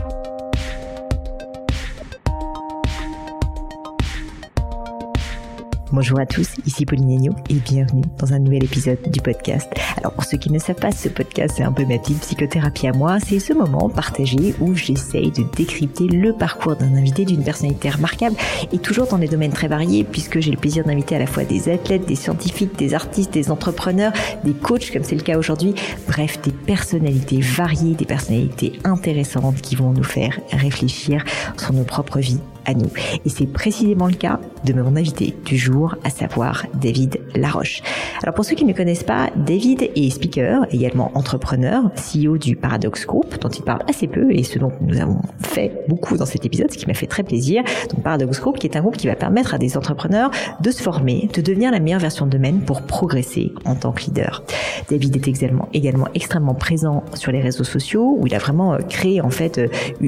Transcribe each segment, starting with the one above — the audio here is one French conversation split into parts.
Bonjour à tous, ici Pauline Agneau et bienvenue dans un nouvel épisode du podcast. Alors pour ceux qui ne savent pas, ce podcast c'est un peu ma petite psychothérapie à moi. C'est ce moment partagé où j'essaye de décrypter le parcours d'un invité, d'une personnalité remarquable et toujours dans des domaines très variés puisque j'ai le plaisir d'inviter à la fois des athlètes, des scientifiques, des artistes, des entrepreneurs, des coachs comme c'est le cas aujourd'hui. Bref, des personnalités variées, des personnalités intéressantes qui vont nous faire réfléchir sur nos propres vies à nous. Et c'est précisément le cas de mon invité du jour, à savoir David Laroche. Alors pour ceux qui ne connaissent pas, David est speaker, également entrepreneur, CEO du Paradox Group, dont il parle assez peu et ce dont nous avons fait beaucoup dans cet épisode, ce qui m'a fait très plaisir. Donc Paradox Group, qui est un groupe qui va permettre à des entrepreneurs de se former, de devenir la meilleure version d'eux-mêmes pour progresser en tant que leader. David est également extrêmement présent sur les réseaux sociaux, où il a vraiment créé en fait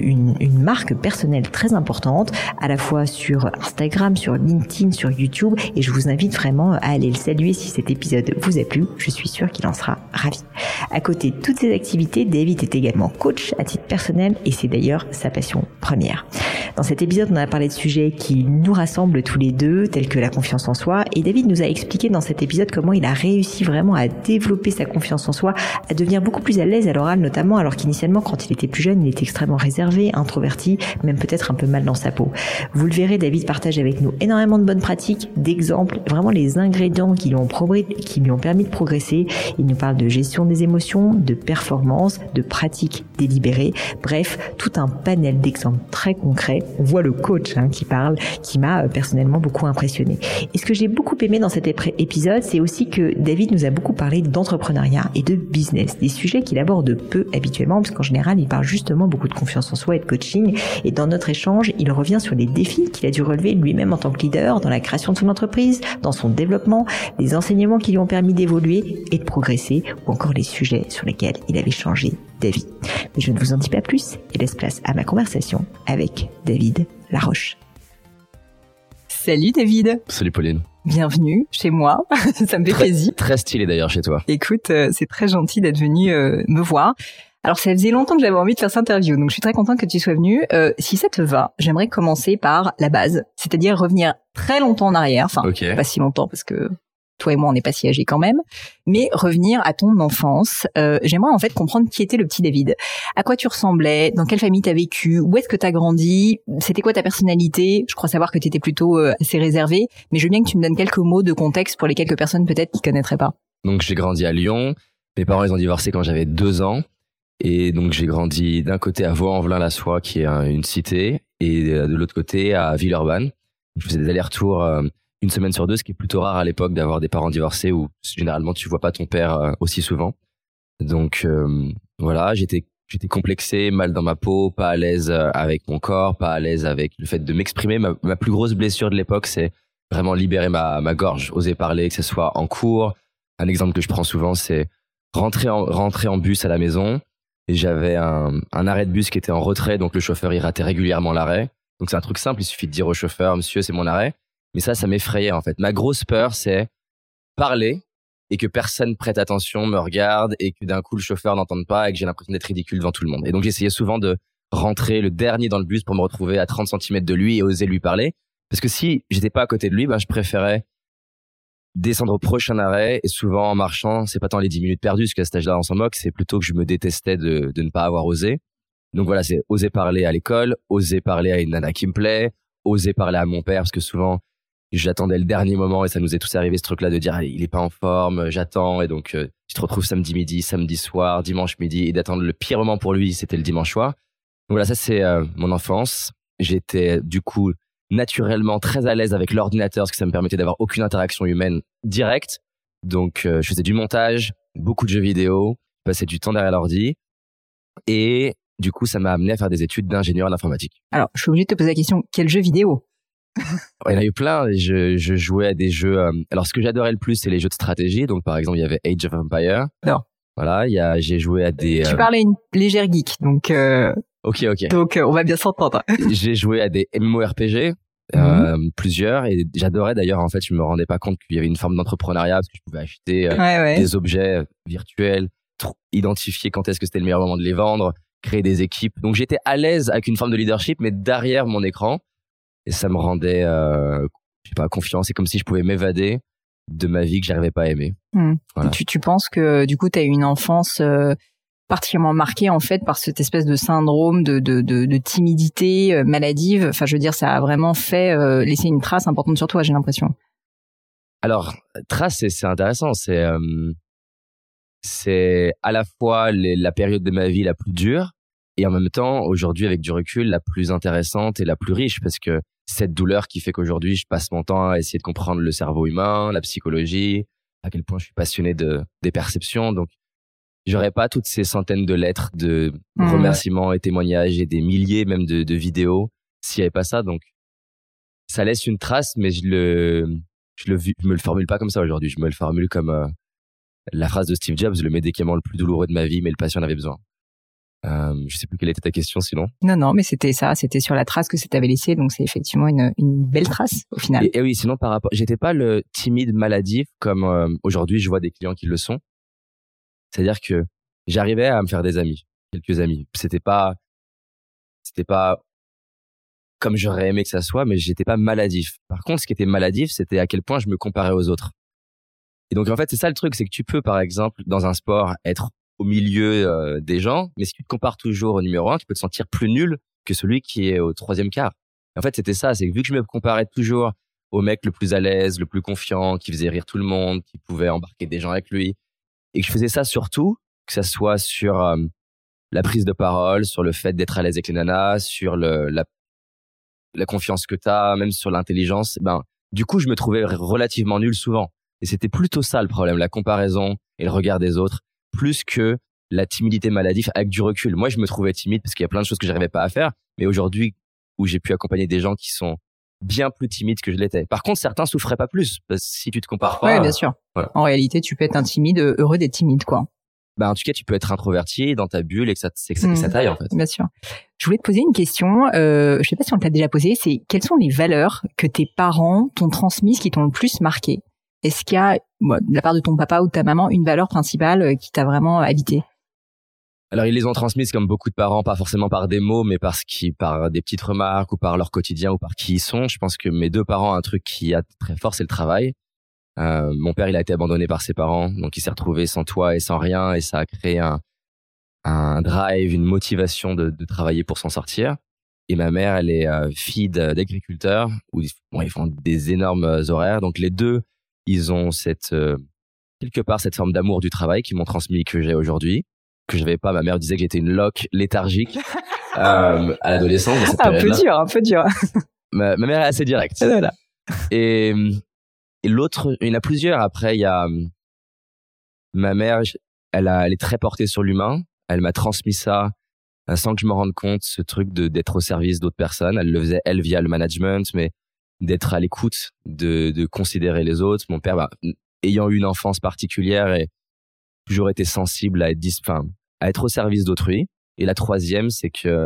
une marque personnelle très importante, à la fois sur Instagram, sur LinkedIn, sur YouTube, et je vous invite vraiment à aller le saluer si cet épisode vous a plu. Je suis sûre qu'il en sera ravi. À côté de toutes ces activités, David est également coach à titre personnel et c'est d'ailleurs sa passion première. Dans cet épisode, on a parlé de sujets qui nous rassemblent tous les deux, tels que la confiance en soi, et David nous a expliqué dans cet épisode comment il a réussi vraiment à développer sa confiance en soi, à devenir beaucoup plus à l'aise à l'oral notamment, alors qu'initialement, quand il était plus jeune, il était extrêmement réservé, introverti, même peut-être un peu mal dans sa peau. Vous le verrez, David partage avec nous énormément de bonnes pratiques, d'exemples, vraiment les ingrédients qui lui ont permis de progresser. Il nous parle de gestion des émotions, de performance, de pratiques délibérées, bref, tout un panel d'exemples très concrets. On voit le coach qui parle, qui m'a personnellement beaucoup impressionné. Et ce que j'ai beaucoup aimé dans cet épisode, c'est aussi que David nous a beaucoup parlé d'entrepreneuriat et de business, des sujets qu'il aborde peu habituellement, parce qu'en général, il parle justement beaucoup de confiance en soi et de coaching. Et dans notre échange, il revient sur les défis qu'il a dû relever lui-même en tant que leader dans la création de son entreprise, dans son développement, les enseignements qui lui ont permis d'évoluer et de progresser, ou encore les sujets sur lesquels il avait changé d'avis. Mais je ne vous en dis pas plus et laisse place à ma conversation avec David Laroche. Salut David. Salut Pauline. Bienvenue chez moi, ça me fait plaisir. Très stylé d'ailleurs chez toi. Écoute, c'est très gentil d'être venu me voir. Alors ça faisait longtemps que j'avais envie de faire cette interview, donc je suis très contente que tu sois venu. Si ça te va, j'aimerais commencer par la base, c'est-à-dire revenir très longtemps en arrière, enfin pas si longtemps parce que toi et moi on n'est pas si âgés quand même, mais revenir à ton enfance. J'aimerais en fait comprendre qui était le petit David, à quoi tu ressemblais, dans quelle famille t'as vécu, où est-ce que t'as grandi, c'était quoi ta personnalité. Je crois savoir que t'étais plutôt assez réservé, mais je veux bien que tu me donnes quelques mots de contexte pour les quelques personnes peut-être qui connaîtraient pas. Donc j'ai grandi à Lyon, mes parents ils ont divorcé quand j'avais 2 ans. Et donc j'ai grandi d'un côté à Vaux-en-Velin-la-Soie, qui est une cité, et de l'autre côté à Villeurbanne. Je faisais des allers-retours une semaine sur 2, ce qui est plutôt rare à l'époque d'avoir des parents divorcés où généralement tu vois pas ton père aussi souvent. Donc voilà, j'étais complexé, mal dans ma peau, pas à l'aise avec mon corps, pas à l'aise avec le fait de m'exprimer. Ma plus grosse blessure de l'époque, c'est vraiment libérer ma gorge, oser parler, que ce soit en cours. Un exemple que je prends souvent, c'est rentrer en bus à la maison. Et j'avais un arrêt de bus qui était en retrait, donc le chauffeur il ratait régulièrement l'arrêt. Donc c'est un truc simple, il suffit de dire au chauffeur, monsieur c'est mon arrêt. Mais ça m'effrayait en fait. Ma grosse peur c'est parler et que personne prête attention, me regarde et que d'un coup le chauffeur n'entende pas et que j'ai l'impression d'être ridicule devant tout le monde. Et donc j'essayais souvent de rentrer le dernier dans le bus pour me retrouver à 30 cm de lui et oser lui parler. Parce que si j'étais pas à côté de lui, je préférais descendre au prochain arrêt, et souvent en marchant, c'est pas tant les 10 minutes perdues, parce qu'à cet âge-là on s'en moque, c'est plutôt que je me détestais de ne pas avoir osé. Donc voilà, c'est oser parler à l'école, oser parler à une nana qui me plaît, oser parler à mon père, parce que souvent j'attendais le dernier moment, et ça nous est tous arrivé ce truc-là de dire il est pas en forme, j'attends, et donc tu te retrouves samedi midi, samedi soir, dimanche midi, et d'attendre le pire moment pour lui, c'était le dimanche soir. Donc voilà, ça c'est mon enfance. J'étais du coup naturellement très à l'aise avec l'ordinateur, parce que ça me permettait d'avoir aucune interaction humaine directe. Donc je faisais du montage, beaucoup de jeux vidéo, je passais du temps derrière l'ordi, et du coup ça m'a amené à faire des études d'ingénieur en informatique. Alors je suis obligée de te poser la question, quel jeu vidéo? Il y en a eu plein. Je jouais à des jeux. Alors ce que j'adorais le plus, c'est les jeux de stratégie. Donc par exemple il y avait Age of Empires. Non. Voilà, j'ai joué à des. Tu parlais une légère geek, donc. Ok. Donc on va bien s'entendre. J'ai joué à des MMORPG, plusieurs, et j'adorais d'ailleurs. En fait, je me rendais pas compte qu'il y avait une forme d'entrepreneuriat, parce que je pouvais acheter des objets virtuels, identifier quand est-ce que c'était le meilleur moment de les vendre, créer des équipes. Donc j'étais à l'aise avec une forme de leadership, mais derrière mon écran, et ça me rendait, je sais pas, confiant. C'est comme si je pouvais m'évader de ma vie que j'arrivais pas à aimer. Voilà. Tu penses que du coup, tu as eu une enfance particulièrement marquée en fait par cette espèce de syndrome de timidité maladive. Enfin, je veux dire, ça a vraiment fait laisser une trace importante sur toi, j'ai l'impression. Alors, trace, c'est intéressant. C'est à la fois la période de ma vie la plus dure et en même temps, aujourd'hui, avec du recul, la plus intéressante et la plus riche, parce que cette douleur qui fait qu'aujourd'hui, je passe mon temps à essayer de comprendre le cerveau humain, la psychologie, à quel point je suis passionné des perceptions. Donc, j'aurais pas toutes ces centaines de lettres de remerciements et témoignages et des milliers même de vidéos s'il y avait pas ça. Donc, ça laisse une trace, mais je me le formule pas comme ça aujourd'hui. Je me le formule comme la phrase de Steve Jobs, le médicament le plus douloureux de ma vie, mais le patient en avait besoin. Je sais plus quelle était ta question sinon. Non, mais c'était ça, c'était sur la trace que ça t'avait laissé, donc c'est effectivement une belle trace au final. Et oui, sinon par rapport, j'étais pas le timide maladif comme aujourd'hui je vois des clients qui le sont. C'est-à-dire que j'arrivais à me faire des amis, quelques amis. C'était pas comme j'aurais aimé que ça soit, mais j'étais pas maladif. Par contre, ce qui était maladif, c'était à quel point je me comparais aux autres. Et donc en fait, c'est ça le truc, c'est que tu peux par exemple dans un sport être au milieu des gens, mais si tu te compares toujours au numéro 1, tu peux te sentir plus nul que celui qui est au 3e quart. Et en fait, c'était ça, c'est que vu que je me comparais toujours au mec le plus à l'aise, le plus confiant, qui faisait rire tout le monde, qui pouvait embarquer des gens avec lui, et que je faisais ça surtout, que ça soit sur la prise de parole, sur le fait d'être à l'aise avec les nanas, sur la confiance que t'as, même sur l'intelligence, du coup, je me trouvais relativement nul souvent. Et c'était plutôt ça le problème, la comparaison et le regard des autres, plus que la timidité maladive avec du recul. Moi, je me trouvais timide parce qu'il y a plein de choses que j'arrivais pas à faire, mais aujourd'hui, où j'ai pu accompagner des gens qui sont bien plus timides que je l'étais. Par contre, certains souffraient pas plus, parce que si tu te compares pas. Oui, bien sûr. Voilà. En réalité, tu peux être un timide heureux d'être timide, quoi. En tout cas, tu peux être introverti dans ta bulle et que ça taille, en fait. Bien sûr. Je voulais te poser une question, je sais pas si on te l'a déjà posée, c'est quelles sont les valeurs que tes parents t'ont transmises qui t'ont le plus marqué? Est-ce qu'il y a, de la part de ton papa ou de ta maman, une valeur principale qui t'a vraiment habité? Alors, ils les ont transmises comme beaucoup de parents, pas forcément par des mots, mais par des petites remarques ou par leur quotidien ou par qui ils sont. Je pense que mes deux parents, un truc qui a très fort, c'est le travail. Mon père, il a été abandonné par ses parents, donc il s'est retrouvé sans toit et sans rien, et ça a créé un drive, une motivation de travailler pour s'en sortir. Et ma mère, elle est fille d'agriculteurs, où ils font des énormes horaires. Donc les deux, ils ont quelque part cette forme d'amour du travail qu'ils m'ont transmis, que j'ai aujourd'hui, que j'avais pas. Ma mère disait que j'étais une loque léthargique à l'adolescence. Un peu dur. Ma mère est assez directe. Voilà. Et l'autre, il y en a plusieurs. Après, il y a ma mère, elle est très portée sur l'humain. Elle m'a transmis ça sans que je me rende compte, ce truc d'être au service d'autres personnes. Elle le faisait, elle, via le management, mais d'être à l'écoute, de considérer les autres. Mon père, ayant eu une enfance particulière, et toujours été sensible à être au service d'autrui. Et la troisième, c'est que,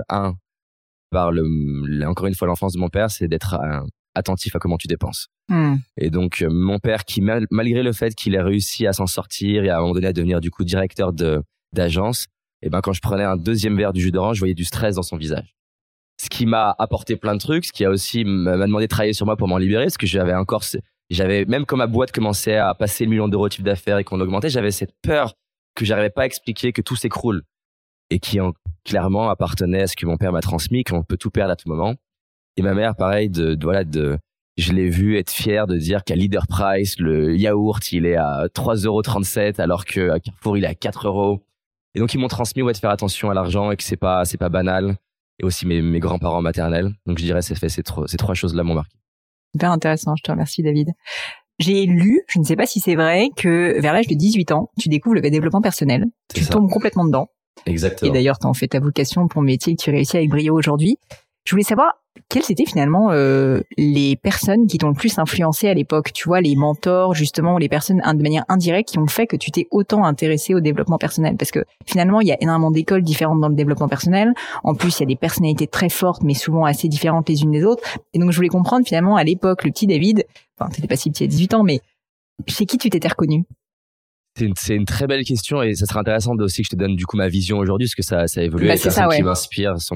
encore une fois, l'enfance de mon père, c'est d'être attentif à comment tu dépenses. Et donc, mon père, qui malgré le fait qu'il ait réussi à s'en sortir et à un moment donné à devenir du coup directeur d'agence, quand je prenais un deuxième verre du jus d'orange, je voyais du stress dans son visage. Ce qui m'a apporté plein de trucs, ce qui a aussi m'a demandé de travailler sur moi pour m'en libérer, parce que j'avais même quand ma boîte commençait à passer le million d'euros de chiffre d'affaires et qu'on augmentait, j'avais cette peur que j'arrivais pas à expliquer, que tout s'écroule, et qui clairement appartenait à ce que mon père m'a transmis, qu'on peut tout perdre à tout moment. Et ma mère, pareil, je l'ai vu être fière de dire qu'à Leader Price, le yaourt, il est à 3,37 € alors qu'à Carrefour, il est à 4 €. Et donc, ils m'ont transmis, de faire attention à l'argent et que c'est pas banal. Et aussi mes grands-parents maternels. Donc, je dirais, ces trois choses-là m'ont marqué. Hyper intéressant. Je te remercie, David. J'ai lu, je ne sais pas si c'est vrai, que vers l'âge de 18 ans, tu découvres le développement personnel. Tu tombes complètement dedans. Exactement. Et d'ailleurs, tu en fais ta vocation, ton métier, que tu réussis avec brio aujourd'hui. Je voulais savoir quelles étaient finalement les personnes qui t'ont le plus influencé à l'époque, tu vois, les mentors justement, ou les personnes de manière indirecte qui ont fait que tu t'es autant intéressé au développement personnel, parce que finalement il y a énormément d'écoles différentes dans le développement personnel. En plus, il y a des personnalités très fortes, mais souvent assez différentes les unes des autres. Et donc je voulais comprendre finalement à l'époque, le petit David, t'étais pas si petit à 18 ans, mais chez qui tu t'étais reconnu? C'est une très belle question et ça serait intéressant aussi que je te donne du coup ma vision aujourd'hui parce que ça a évolué. Bah, les personnes ouais. qui m'inspirent sont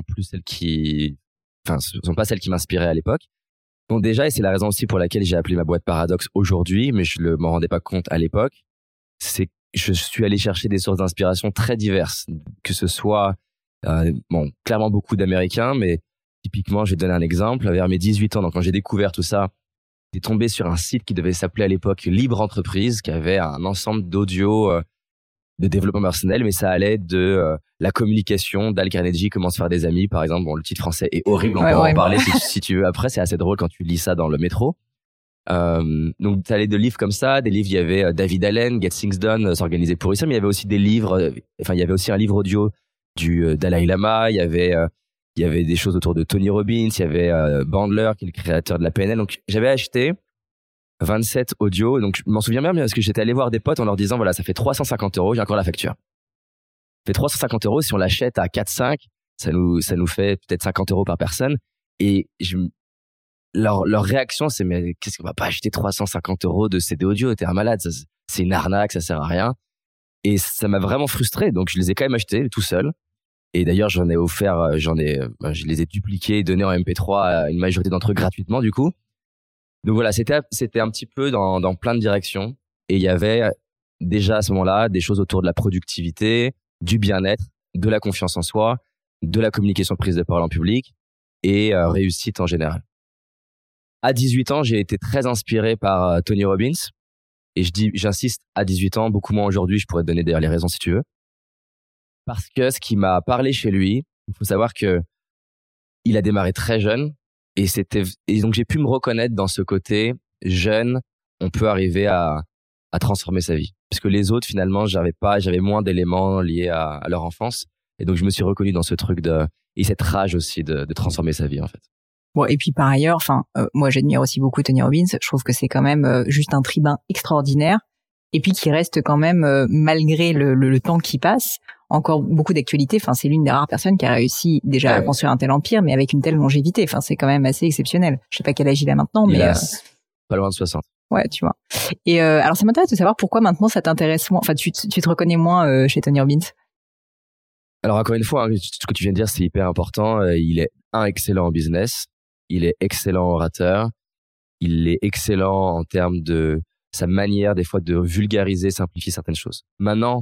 sont pas celles qui m'inspiraient à l'époque. Donc déjà, et c'est la raison aussi pour laquelle j'ai appelé ma boîte Paradoxe aujourd'hui, mais je m'en rendais pas compte à l'époque, c'est que je suis allé chercher des sources d'inspiration très diverses, que ce soit clairement beaucoup d'Américains, mais typiquement, je vais te donner un exemple. Vers mes 18 ans, donc quand j'ai découvert tout ça, j'ai tombé sur un site qui devait s'appeler à l'époque Libre Entreprise, qui avait un ensemble d'audio de développement personnel, mais ça allait de la communication. Dale Carnegie, comment se faire des amis, par exemple. Bon, le titre français est horrible, on peut en parler si tu veux après. C'est assez drôle quand tu lis ça dans le métro. Donc, tu allais de livres comme ça, des livres, il y avait David Allen, Get Things Done, s'organiser pour ça, mais il y avait aussi des livres, il y avait aussi un livre audio du Dalai Lama, il y avait des choses autour de Tony Robbins, il y avait Bandler, qui est le créateur de la PNL. Donc, j'avais acheté 27 audios. Donc, je m'en souviens bien parce que j'étais allé voir des potes en leur disant, voilà, ça fait 350 €, j'ai encore la facture. Ça fait 350 €, si on l'achète à 4-5, ça nous fait peut-être 50 € par personne. Et leur réaction, c'est, mais qu'est-ce qu'on va pas acheter 350 € de CD audio? T'es un malade, c'est une arnaque, ça sert à rien. Et ça m'a vraiment frustré. Donc, je les ai quand même achetés tout seul. Et d'ailleurs, je les ai dupliqués et donnés en MP3 à une majorité d'entre eux gratuitement, du coup. Donc voilà, c'était un petit peu dans plein de directions. Et il y avait déjà à ce moment-là des choses autour de la productivité, du bien-être, de la confiance en soi, de la communication prise de parole en public et réussite en général. À 18 ans, j'ai été très inspiré par Tony Robbins. Et j'insiste, à 18 ans, beaucoup moins aujourd'hui, je pourrais te donner d'ailleurs les raisons si tu veux. Parce que ce qui m'a parlé chez lui, il faut savoir que il a démarré très jeune et donc j'ai pu me reconnaître dans ce côté jeune, on peut arriver à transformer sa vie. Parce que les autres, finalement, j'avais moins d'éléments liés à leur enfance. Et donc je me suis reconnu dans ce truc et cette rage aussi de transformer sa vie, en fait. Bon, et puis par ailleurs, moi j'admire aussi beaucoup Tony Robbins. Je trouve que c'est quand même juste un tribun extraordinaire. Et puis qui reste quand même, malgré le temps qui passe, encore beaucoup d'actualité. Enfin, c'est l'une des rares personnes qui a réussi déjà à construire un tel empire, mais avec une telle longévité. Enfin, c'est quand même assez exceptionnel. Je sais pas quel âge il a maintenant, mais pas loin de 60. Ouais, tu vois. Et alors, ça m'intéresse de savoir pourquoi maintenant ça t'intéresse moins. Enfin, tu te reconnais moins chez Tony Robbins. Alors encore une fois, ce que tu viens de dire, c'est hyper important. Il est excellent en business. Il est excellent orateur. Il est excellent en termes de sa manière des fois de vulgariser, simplifier certaines choses. Maintenant,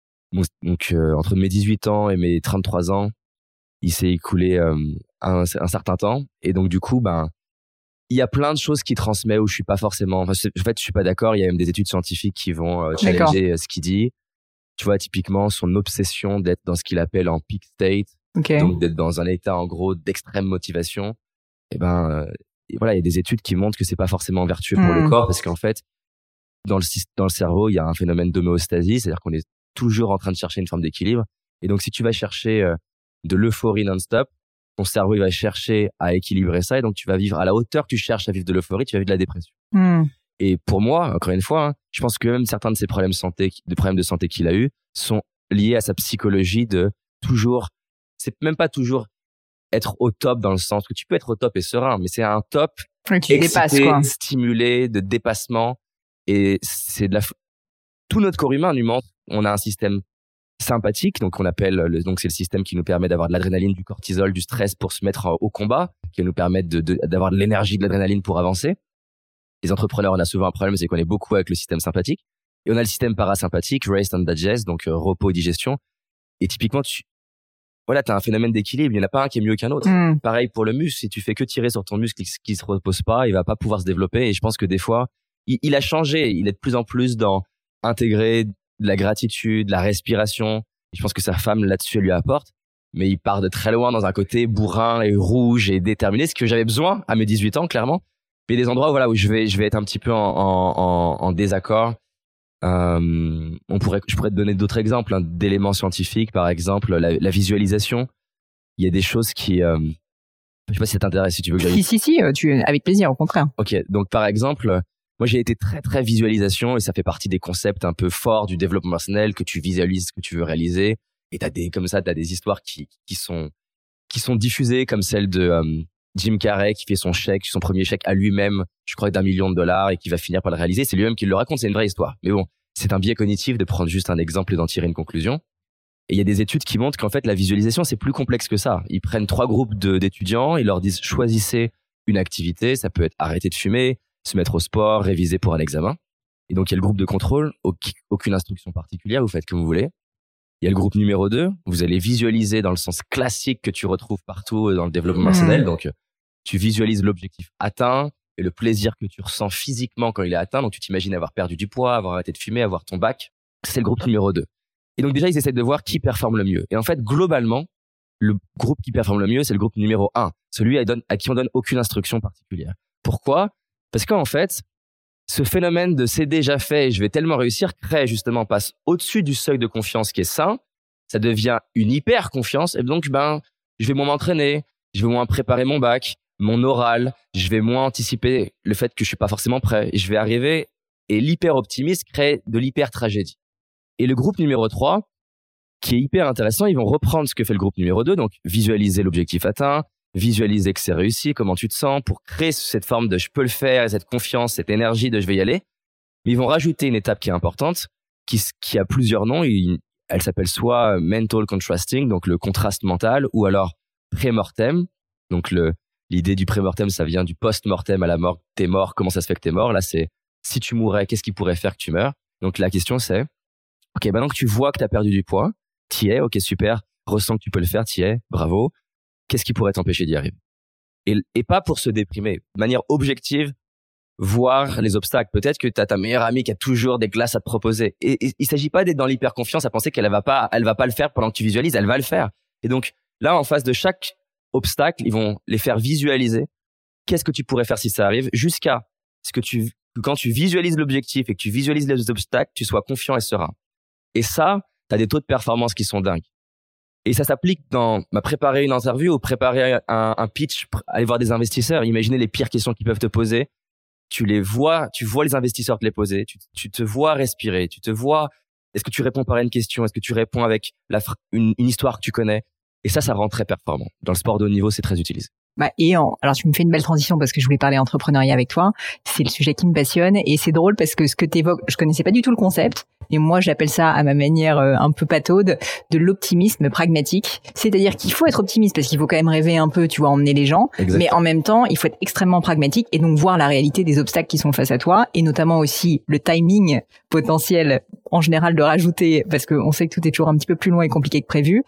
donc entre mes 18 ans et mes 33 ans, il s'est écoulé un certain temps et donc du coup il y a plein de choses qu'il transmet où je suis pas forcément je suis pas d'accord. Il y a même des études scientifiques qui vont challenger ce qu'il dit. Tu vois, typiquement son obsession d'être dans ce qu'il appelle en peak state, donc d'être dans un état en gros d'extrême motivation. Et voilà, il y a des études qui montrent que c'est pas forcément vertueux pour le corps parce qu'en fait dans le cerveau, il y a un phénomène d'homéostasie, c'est-à-dire qu'on est toujours en train de chercher une forme d'équilibre. Et donc, si tu vas chercher de l'euphorie non-stop, ton cerveau, il va chercher à équilibrer ça. Et donc, tu vas vivre à la hauteur que tu cherches à vivre de l'euphorie, tu vas vivre de la dépression. Et pour moi, encore une fois, je pense que même certains de ces problèmes de santé qu'il a eu sont liés à sa psychologie de toujours, c'est même pas toujours être au top dans le sens que tu peux être au top et serein, mais c'est un top excité, stimulé, de dépassement. Et c'est tout notre corps humain nous montre, on a un système sympathique, donc on appelle donc c'est le système qui nous permet d'avoir de l'adrénaline, du cortisol, du stress pour se mettre au combat, qui va nous permettre d'avoir de l'énergie, de l'adrénaline pour avancer. Les entrepreneurs, on a souvent un problème, c'est qu'on est beaucoup avec le système sympathique. Et on a le système parasympathique, rest and digest, donc repos et digestion. Et typiquement, t'as un phénomène d'équilibre, il n'y en a pas un qui est mieux qu'un autre. Pareil pour le muscle, si tu fais que tirer sur ton muscle qui se repose pas, il va pas pouvoir se développer. Et je pense que des fois, il a changé, il est de plus en plus dans intégrer de la gratitude, la respiration. Je pense que sa femme là-dessus elle lui apporte, mais il part de très loin dans un côté bourrin et rouge et déterminé, ce que j'avais besoin à mes 18 ans clairement. Mais des endroits où je vais être un petit peu en désaccord. Je pourrais te donner d'autres exemples d'éléments scientifiques, par exemple la visualisation. Il y a des choses qui je sais pas si ça t'intéresse, si tu veux que j'aille. Si, avec plaisir, au contraire. Ok, donc par exemple, moi j'ai été très très visualisation et ça fait partie des concepts un peu forts du développement personnel, que tu visualises ce que tu veux réaliser et t'as des histoires qui sont diffusées, comme celle de Jim Carrey qui fait son premier chèque à lui-même, je crois, d'1 million de dollars et qui va finir par le réaliser. C'est lui-même qui le raconte, c'est une vraie histoire. Mais bon, c'est un biais cognitif de prendre juste un exemple et d'en tirer une conclusion. Et il y a des études qui montrent qu'en fait, la visualisation, c'est plus complexe que ça. Ils prennent 3 groupes d'étudiants, ils leur disent choisissez une activité, ça peut être arrêter de fumer, se mettre au sport, réviser pour un examen. Et donc, il y a le groupe de contrôle, aucune instruction particulière, vous faites comme vous voulez. Il y a le groupe numéro 2, vous allez visualiser dans le sens classique que tu retrouves partout dans le développement personnel. Donc, tu visualises l'objectif atteint et le plaisir que tu ressens physiquement quand il est atteint. Donc, tu t'imagines avoir perdu du poids, avoir arrêté de fumer, avoir ton bac. C'est le groupe numéro 2. Et donc, déjà, ils essaient de voir qui performe le mieux. Et en fait, globalement, le groupe qui performe le mieux, c'est le groupe numéro 1, celui à qui on donne aucune instruction particulière. Pourquoi ? Parce qu'en fait, ce phénomène de c'est déjà fait et je vais tellement réussir crée passe au-dessus du seuil de confiance qui est sain, ça devient une hyper confiance et donc je vais moins m'entraîner, je vais moins préparer mon bac, mon oral, je vais moins anticiper le fait que je suis pas forcément prêt et je vais arriver et l'hyper optimisme crée de l'hyper tragédie. Et le groupe numéro 3 qui est hyper intéressant, ils vont reprendre ce que fait le groupe numéro 2, donc visualiser l'objectif atteint, visualiser que c'est réussi, comment tu te sens, pour créer cette forme de je peux le faire, cette confiance, cette énergie de je vais y aller. Mais ils vont rajouter une étape qui est importante, qui a plusieurs noms. Elle s'appelle soit mental contrasting, donc le contraste mental, ou alors pré-mortem. Donc l'idée du pré-mortem, ça vient du post-mortem à la mort. T'es mort, comment ça se fait que t'es mort? Là, c'est si tu mourais, qu'est-ce qui pourrait faire que tu meurs? Donc la question c'est, ok, maintenant que tu vois que t'as perdu du poids, t'y es, ok, super, ressens que tu peux le faire, t'y es, bravo. Qu'est-ce qui pourrait t'empêcher d'y arriver? Et pas pour se déprimer. De manière objective, voir les obstacles. Peut-être que t'as ta meilleure amie qui a toujours des glaces à te proposer. Et il s'agit pas d'être dans l'hyper-confiance à penser qu'elle va pas le faire pendant que tu visualises, elle va le faire. Et donc, là, en face de chaque obstacle, ils vont les faire visualiser. Qu'est-ce que tu pourrais faire si ça arrive? Jusqu'à ce que quand tu visualises l'objectif et que tu visualises les obstacles, tu sois confiant et serein. Et ça, t'as des taux de performance qui sont dingues. Et ça s'applique dans préparer une interview ou préparer un pitch, aller voir des investisseurs. Imaginez les pires questions qu'ils peuvent te poser. Tu vois les investisseurs te les poser. Tu te vois respirer. Tu te vois, est-ce que tu réponds par une question? Est-ce que tu réponds avec une histoire que tu connais? Et ça rend très performant. Dans le sport de haut niveau, c'est très utilisé. Alors tu me fais une belle transition parce que je voulais parler entrepreneuriat avec toi. C'est le sujet qui me passionne et c'est drôle parce que ce que t'évoques, je connaissais pas du tout le concept. Et moi, j'appelle ça à ma manière un peu pataude de l'optimisme pragmatique. C'est-à-dire qu'il faut être optimiste parce qu'il faut quand même rêver un peu, tu vois, emmener les gens. Exactement. Mais en même temps, il faut être extrêmement pragmatique et donc voir la réalité des obstacles qui sont face à toi et notamment aussi le timing potentiel en général de rajouter parce qu'on sait que tout est toujours un petit peu plus long et compliqué que prévu.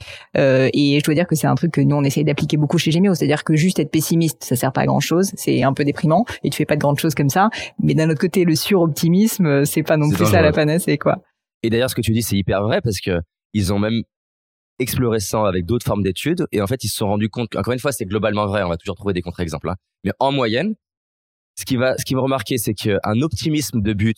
Et je dois dire que c'est un truc que nous, on essaye d'appliquer beaucoup chez Gemio. C'est-à-dire que juste être pessimiste, ça sert pas à grand chose. C'est un peu déprimant et tu fais pas de grandes choses comme ça. Mais d'un autre côté, le suroptimisme, c'est pas non plus ça la panacée, quoi. Et d'ailleurs, ce que tu dis, c'est hyper vrai parce que ils ont même exploré ça avec d'autres formes d'études et en fait, ils se sont rendus compte qu'encore une fois, c'est globalement vrai. On va toujours trouver des contre-exemples, hein. Mais en moyenne, ce qui va remarquer, c'est qu'un optimisme de but,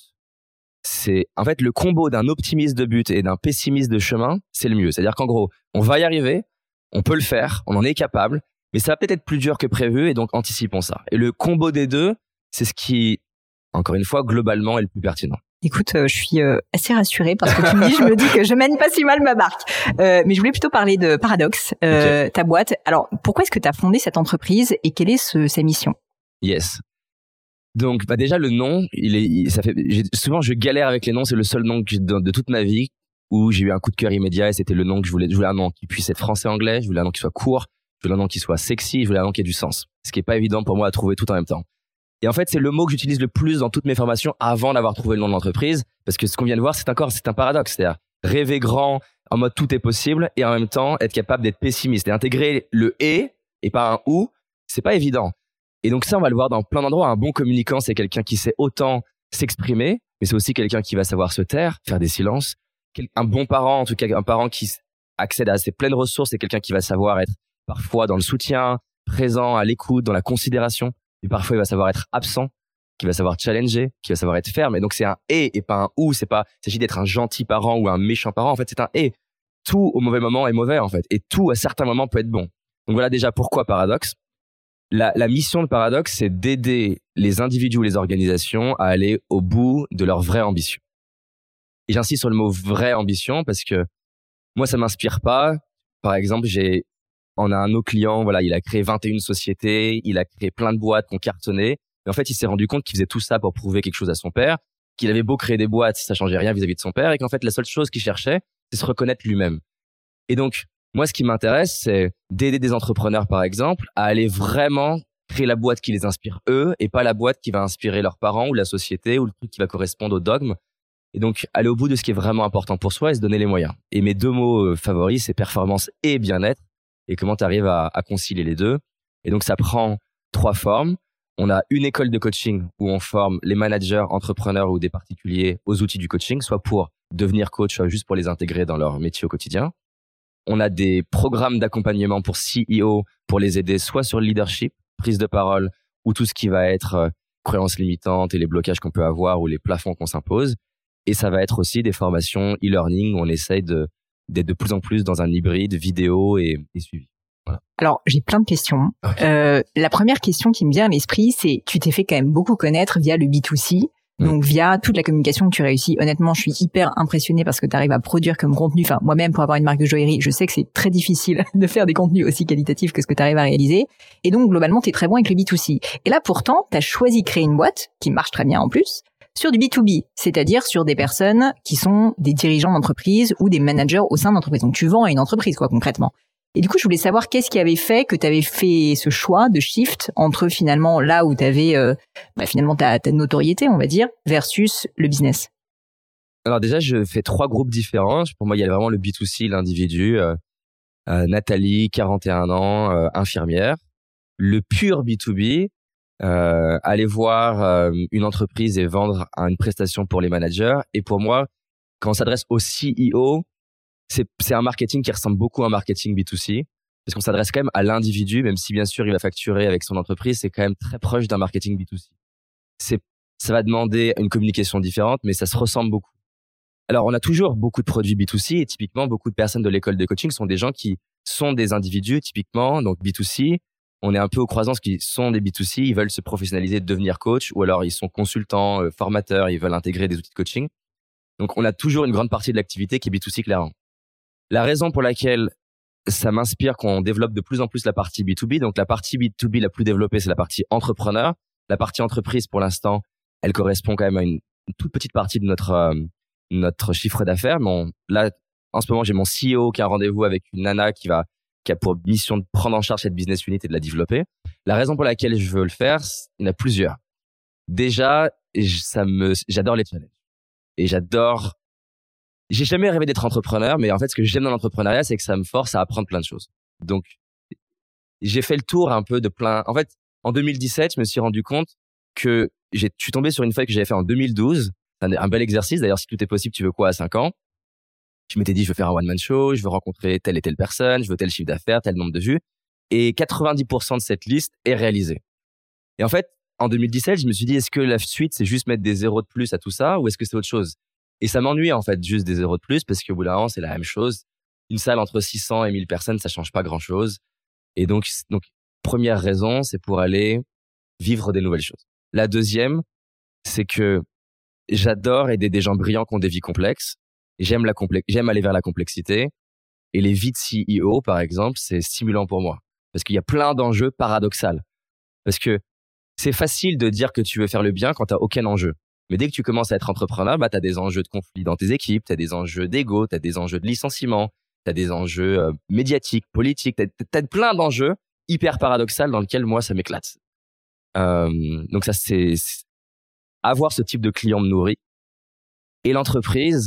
c'est en fait le combo d'un optimisme de but et d'un pessimisme de chemin, c'est le mieux. C'est-à-dire qu'en gros, on va y arriver, on peut le faire, on en est capable, mais ça va peut-être être plus dur que prévu et donc anticipons ça. Et le combo des deux, c'est ce qui, encore une fois, globalement est le plus pertinent. Écoute, je suis assez rassurée parce que tu me dis, je me dis que je mène pas si mal ma barque. Mais je voulais plutôt parler de Paradox, okay. Ta boîte. Alors, pourquoi est-ce que tu as fondé cette entreprise et quelle est sa mission? Yes. Donc, déjà, le nom, souvent, je galère avec les noms. C'est le seul nom de toute ma vie où j'ai eu un coup de cœur immédiat et c'était le nom que je voulais un nom qui puisse être français-anglais, je voulais un nom qui soit court, je voulais un nom qui soit sexy, je voulais un nom qui ait du sens. Ce qui est pas évident pour moi à trouver tout en même temps. Et en fait, c'est le mot que j'utilise le plus dans toutes mes formations avant d'avoir trouvé le nom de l'entreprise. Parce que ce qu'on vient de voir, c'est un paradoxe. C'est-à-dire rêver grand, en mode tout est possible, et en même temps, être capable d'être pessimiste. Et intégrer le et pas un ou, c'est pas évident. Et donc ça, on va le voir dans plein d'endroits. Un bon communicant, c'est quelqu'un qui sait autant s'exprimer, mais c'est aussi quelqu'un qui va savoir se taire, faire des silences. Un bon parent, en tout cas, un parent qui accède à ses pleines ressources, c'est quelqu'un qui va savoir être parfois dans le soutien, présent, à l'écoute, dans la considération. Et parfois, il va savoir être absent, qui va savoir challenger, qui va savoir être ferme. Et donc, c'est un et pas un ou. Il s'agit d'être un gentil parent ou un méchant parent. En fait, c'est un et. Tout au mauvais moment est mauvais, en fait. Et tout, à certains moments, peut être bon. Donc voilà déjà pourquoi Paradox. La mission de Paradox, c'est d'aider les individus ou les organisations à aller au bout de leur vraie ambition. Et j'insiste sur le mot vraie ambition parce que moi, ça m'inspire pas. Par exemple, on a un de nos clients, voilà, il a créé 21 sociétés, il a créé plein de boîtes qui ont cartonné. Mais en fait, il s'est rendu compte qu'il faisait tout ça pour prouver quelque chose à son père. qu'il avait beau créer des boîtes, ça changeait rien vis-à-vis de son père, et qu'en fait, la seule chose qu'il cherchait, c'est se reconnaître lui-même. Et donc, moi, ce qui m'intéresse, c'est d'aider des entrepreneurs, par exemple, à aller vraiment créer la boîte qui les inspire eux, et pas la boîte qui va inspirer leurs parents ou la société ou le truc qui va correspondre au dogme. Et donc, aller au bout de ce qui est vraiment important pour soi et se donner les moyens. Et mes deux mots favoris, c'est performance et bien-être. Et comment tu arrives à concilier les deux. Et donc, ça prend 3 formes. On a une école de coaching où on forme les managers, entrepreneurs ou des particuliers aux outils du coaching, soit pour devenir coach, soit juste pour les intégrer dans leur métier au quotidien. On a des programmes d'accompagnement pour CEO pour les aider soit sur le leadership, prise de parole, ou tout ce qui va être croyances limitantes et les blocages qu'on peut avoir ou les plafonds qu'on s'impose. Et ça va être aussi des formations e-learning où on essaye d'être de plus en plus dans un hybride vidéo et suivi. Voilà. Alors, j'ai plein de questions. Okay. La première question qui me vient à l'esprit, c'est tu t'es fait quand même beaucoup connaître via le B2C, donc via toute la communication que tu réussis. Honnêtement, je suis hyper impressionnée parce que tu arrives à produire comme contenu. Enfin, moi-même, pour avoir une marque de joaillerie, je sais que c'est très difficile de faire des contenus aussi qualitatifs que ce que tu arrives à réaliser. Et donc, globalement, tu es très bon avec le B2C. Et là, pourtant, tu as choisi de créer une boîte qui marche très bien en plus, sur du B2B, c'est-à-dire sur des personnes qui sont des dirigeants d'entreprise ou des managers au sein d'entreprise. Donc, tu vends à une entreprise, quoi, concrètement. Et du coup, je voulais savoir qu'est-ce qui avait fait que tu avais fait ce choix de shift entre finalement là où tu avais finalement ta notoriété, on va dire, versus le business. Alors déjà, je fais 3 groupes différents. Pour moi, il y a vraiment le B2C, l'individu. Nathalie, 41 ans, infirmière. Le pur B2B, aller voir une entreprise et vendre une prestation pour les managers. Et pour moi, quand on s'adresse au CEO, c'est un marketing qui ressemble beaucoup à un marketing B2C, parce qu'on s'adresse quand même à l'individu, même si bien sûr il va facturer avec son entreprise, c'est quand même très proche d'un marketing B2C. Ça va demander une communication différente, mais ça se ressemble beaucoup. Alors, on a toujours beaucoup de produits B2C et typiquement, beaucoup de personnes de l'école de coaching sont des gens qui sont des individus, typiquement, donc B2C. On est un peu au croisant, qui sont des B2C, ils veulent se professionnaliser, devenir coach, ou alors ils sont consultants, formateurs, ils veulent intégrer des outils de coaching. Donc, on a toujours une grande partie de l'activité qui est B2C, clairement. La raison pour laquelle ça m'inspire qu'on développe de plus en plus la partie B2B, donc la partie B2B la plus développée, c'est la partie entrepreneur. La partie entreprise, pour l'instant, elle correspond quand même à une toute petite partie de notre chiffre d'affaires. Mais là, en ce moment, j'ai mon CEO qui a un rendez-vous avec une nana qui a pour mission de prendre en charge cette business unit et de la développer. La raison pour laquelle je veux le faire, il y en a plusieurs. Déjà, j'adore les challenges. Et j'ai jamais rêvé d'être entrepreneur, mais en fait, ce que j'aime dans l'entrepreneuriat, c'est que ça me force à apprendre plein de choses. Donc, j'ai fait le tour un peu de plein. En fait, en 2017, je me suis rendu compte que je suis tombé sur une feuille que j'avais fait en 2012. C'est un bel exercice. D'ailleurs, si tout est possible, tu veux quoi à 5 ans? Je m'étais dit, je veux faire un one-man show, je veux rencontrer telle et telle personne, je veux tel chiffre d'affaires, tel nombre de vues. Et 90% de cette liste est réalisée. Et en fait, en 2017, je me suis dit, est-ce que la suite, c'est juste mettre des zéros de plus à tout ça ou est-ce que c'est autre chose? Et ça m'ennuie, en fait, juste des zéros de plus parce qu'au bout d'un an, c'est la même chose. Une salle entre 600 et 1000 personnes, ça change pas grand-chose. Et donc, première raison, c'est pour aller vivre des nouvelles choses. La deuxième, c'est que j'adore aider des gens brillants qui ont des vies complexes. J'aime aller vers la complexité. Et les vies de CEO, par exemple, c'est stimulant pour moi. Parce qu'il y a plein d'enjeux paradoxaux. Parce que c'est facile de dire que tu veux faire le bien quand t'as aucun enjeu. Mais dès que tu commences à être entrepreneur, t'as des enjeux de conflit dans tes équipes, t'as des enjeux d'ego, t'as des enjeux de licenciement, t'as des enjeux médiatiques, politiques, t'as plein d'enjeux hyper paradoxaux dans lesquels moi ça m'éclate. Donc ça c'est avoir ce type de client me nourrit. Et l'entreprise,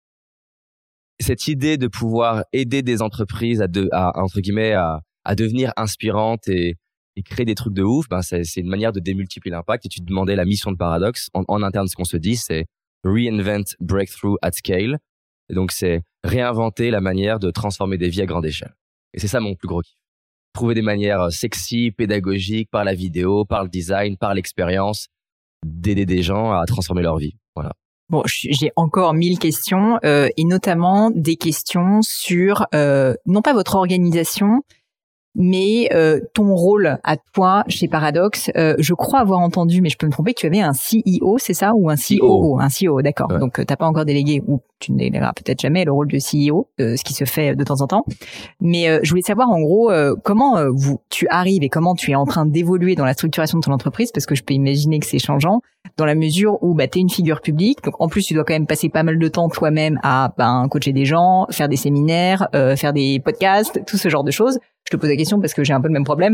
cette idée de pouvoir aider des entreprises à entre guillemets à devenir inspirantes et créer des trucs de ouf, c'est une manière de démultiplier l'impact. Et tu te demandais la mission de Paradox. En interne, ce qu'on se dit, c'est reinvent breakthrough at scale. Et donc, c'est réinventer la manière de transformer des vies à grande échelle. Et c'est ça mon plus gros kiff. Trouver des manières sexy, pédagogiques, par la vidéo, par le design, par l'expérience, d'aider des gens à transformer leur vie. Voilà. Bon, j'ai encore 1000 questions, et notamment des questions sur, non pas votre organisation, Mais ton rôle à toi chez Paradox, je crois avoir entendu, mais je peux me tromper, que tu avais un CEO, c'est ça, ou un COO? Un CEO, d'accord. Ouais. Donc t'as pas encore délégué, ou tu ne délégueras peut-être jamais, le rôle de CEO, ce qui se fait de temps en temps. Mais je voulais savoir en gros comment tu arrives et comment tu es en train d'évoluer dans la structuration de ton entreprise, parce que je peux imaginer que c'est changeant dans la mesure où t'es une figure publique, donc en plus tu dois quand même passer pas mal de temps toi-même à coacher des gens, faire des séminaires, faire des podcasts, tout ce genre de choses. Je te pose la question parce que j'ai un peu le même problème.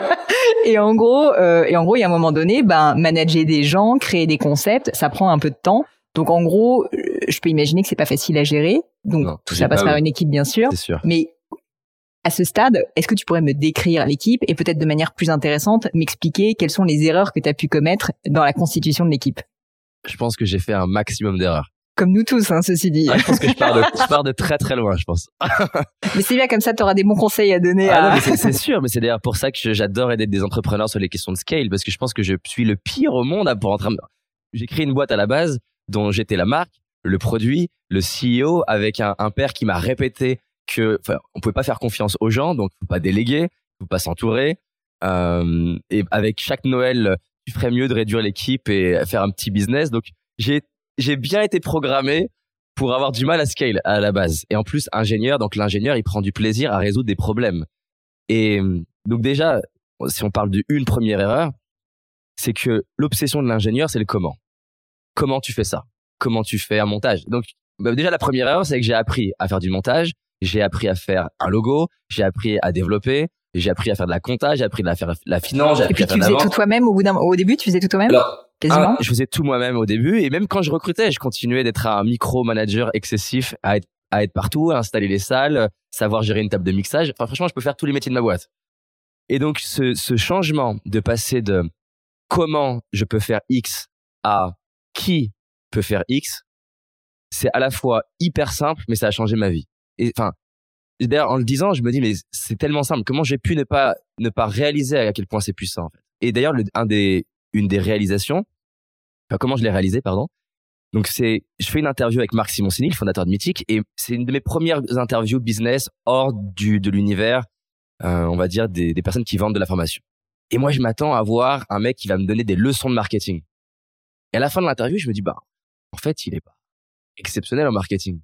Et en gros, il y a un moment donné, manager des gens, créer des concepts, ça prend un peu de temps. Donc en gros, je peux imaginer que c'est pas facile à gérer. Donc non, tout ça passe par une équipe, bien sûr. C'est sûr. Mais à ce stade, est-ce que tu pourrais me décrire l'équipe et peut-être de manière plus intéressante, m'expliquer quelles sont les erreurs que tu as pu commettre dans la constitution de l'équipe? Je pense que j'ai fait un maximum d'erreurs. Comme nous tous, ceci dit. Je pense que je pars de très très loin, je pense. Mais c'est bien, comme ça, tu auras des bons conseils à donner. Non, mais c'est sûr, mais c'est d'ailleurs pour ça que j'adore aider des entrepreneurs sur les questions de scale, parce que je pense que je suis le pire au monde J'ai créé une boîte à la base dont j'étais la marque, le produit, le CEO, avec un père qui m'a répété que, on pouvait pas faire confiance aux gens, donc faut pas déléguer, faut pas s'entourer. Et avec chaque Noël, tu ferais mieux de réduire l'équipe et faire un petit business. Donc j'ai bien été programmé pour avoir du mal à scale à la base. Et en plus, ingénieur, donc l'ingénieur, il prend du plaisir à résoudre des problèmes. Et donc déjà, si on parle d'une première erreur, c'est que l'obsession de l'ingénieur, c'est le comment. Comment tu fais ça? Comment tu fais un montage? Donc déjà, la première erreur, c'est que j'ai appris à faire du montage, j'ai appris à faire un logo, j'ai appris à développer, j'ai appris à faire de la compta, j'ai appris à faire la finance, j'ai appris à faire de la vente. Et puis tu faisais tout toi-même au début, tu faisais tout toi-même? Alors, quasiment. Je faisais tout moi-même au début, et même quand je recrutais, je continuais d'être un micro-manager excessif, à être partout, à installer les salles, savoir gérer une table de mixage. Enfin, franchement, je peux faire tous les métiers de ma boîte. Et donc, ce changement de passer de comment je peux faire X à qui peut faire X, c'est à la fois hyper simple, mais ça a changé ma vie. Et enfin, d'ailleurs, en le disant, je me dis, mais c'est tellement simple. Comment j'ai pu ne pas réaliser à quel point c'est puissant, en fait. Et d'ailleurs, une des réalisations, comment je l'ai réalisé, pardon. Donc je fais une interview avec Marc Simoncini, le fondateur de Mythique, et c'est une de mes premières interviews business hors de l'univers, on va dire, des personnes qui vendent de la formation. Et moi, je m'attends à voir un mec qui va me donner des leçons de marketing. Et à la fin de l'interview, je me dis, en fait, il est pas exceptionnel en marketing.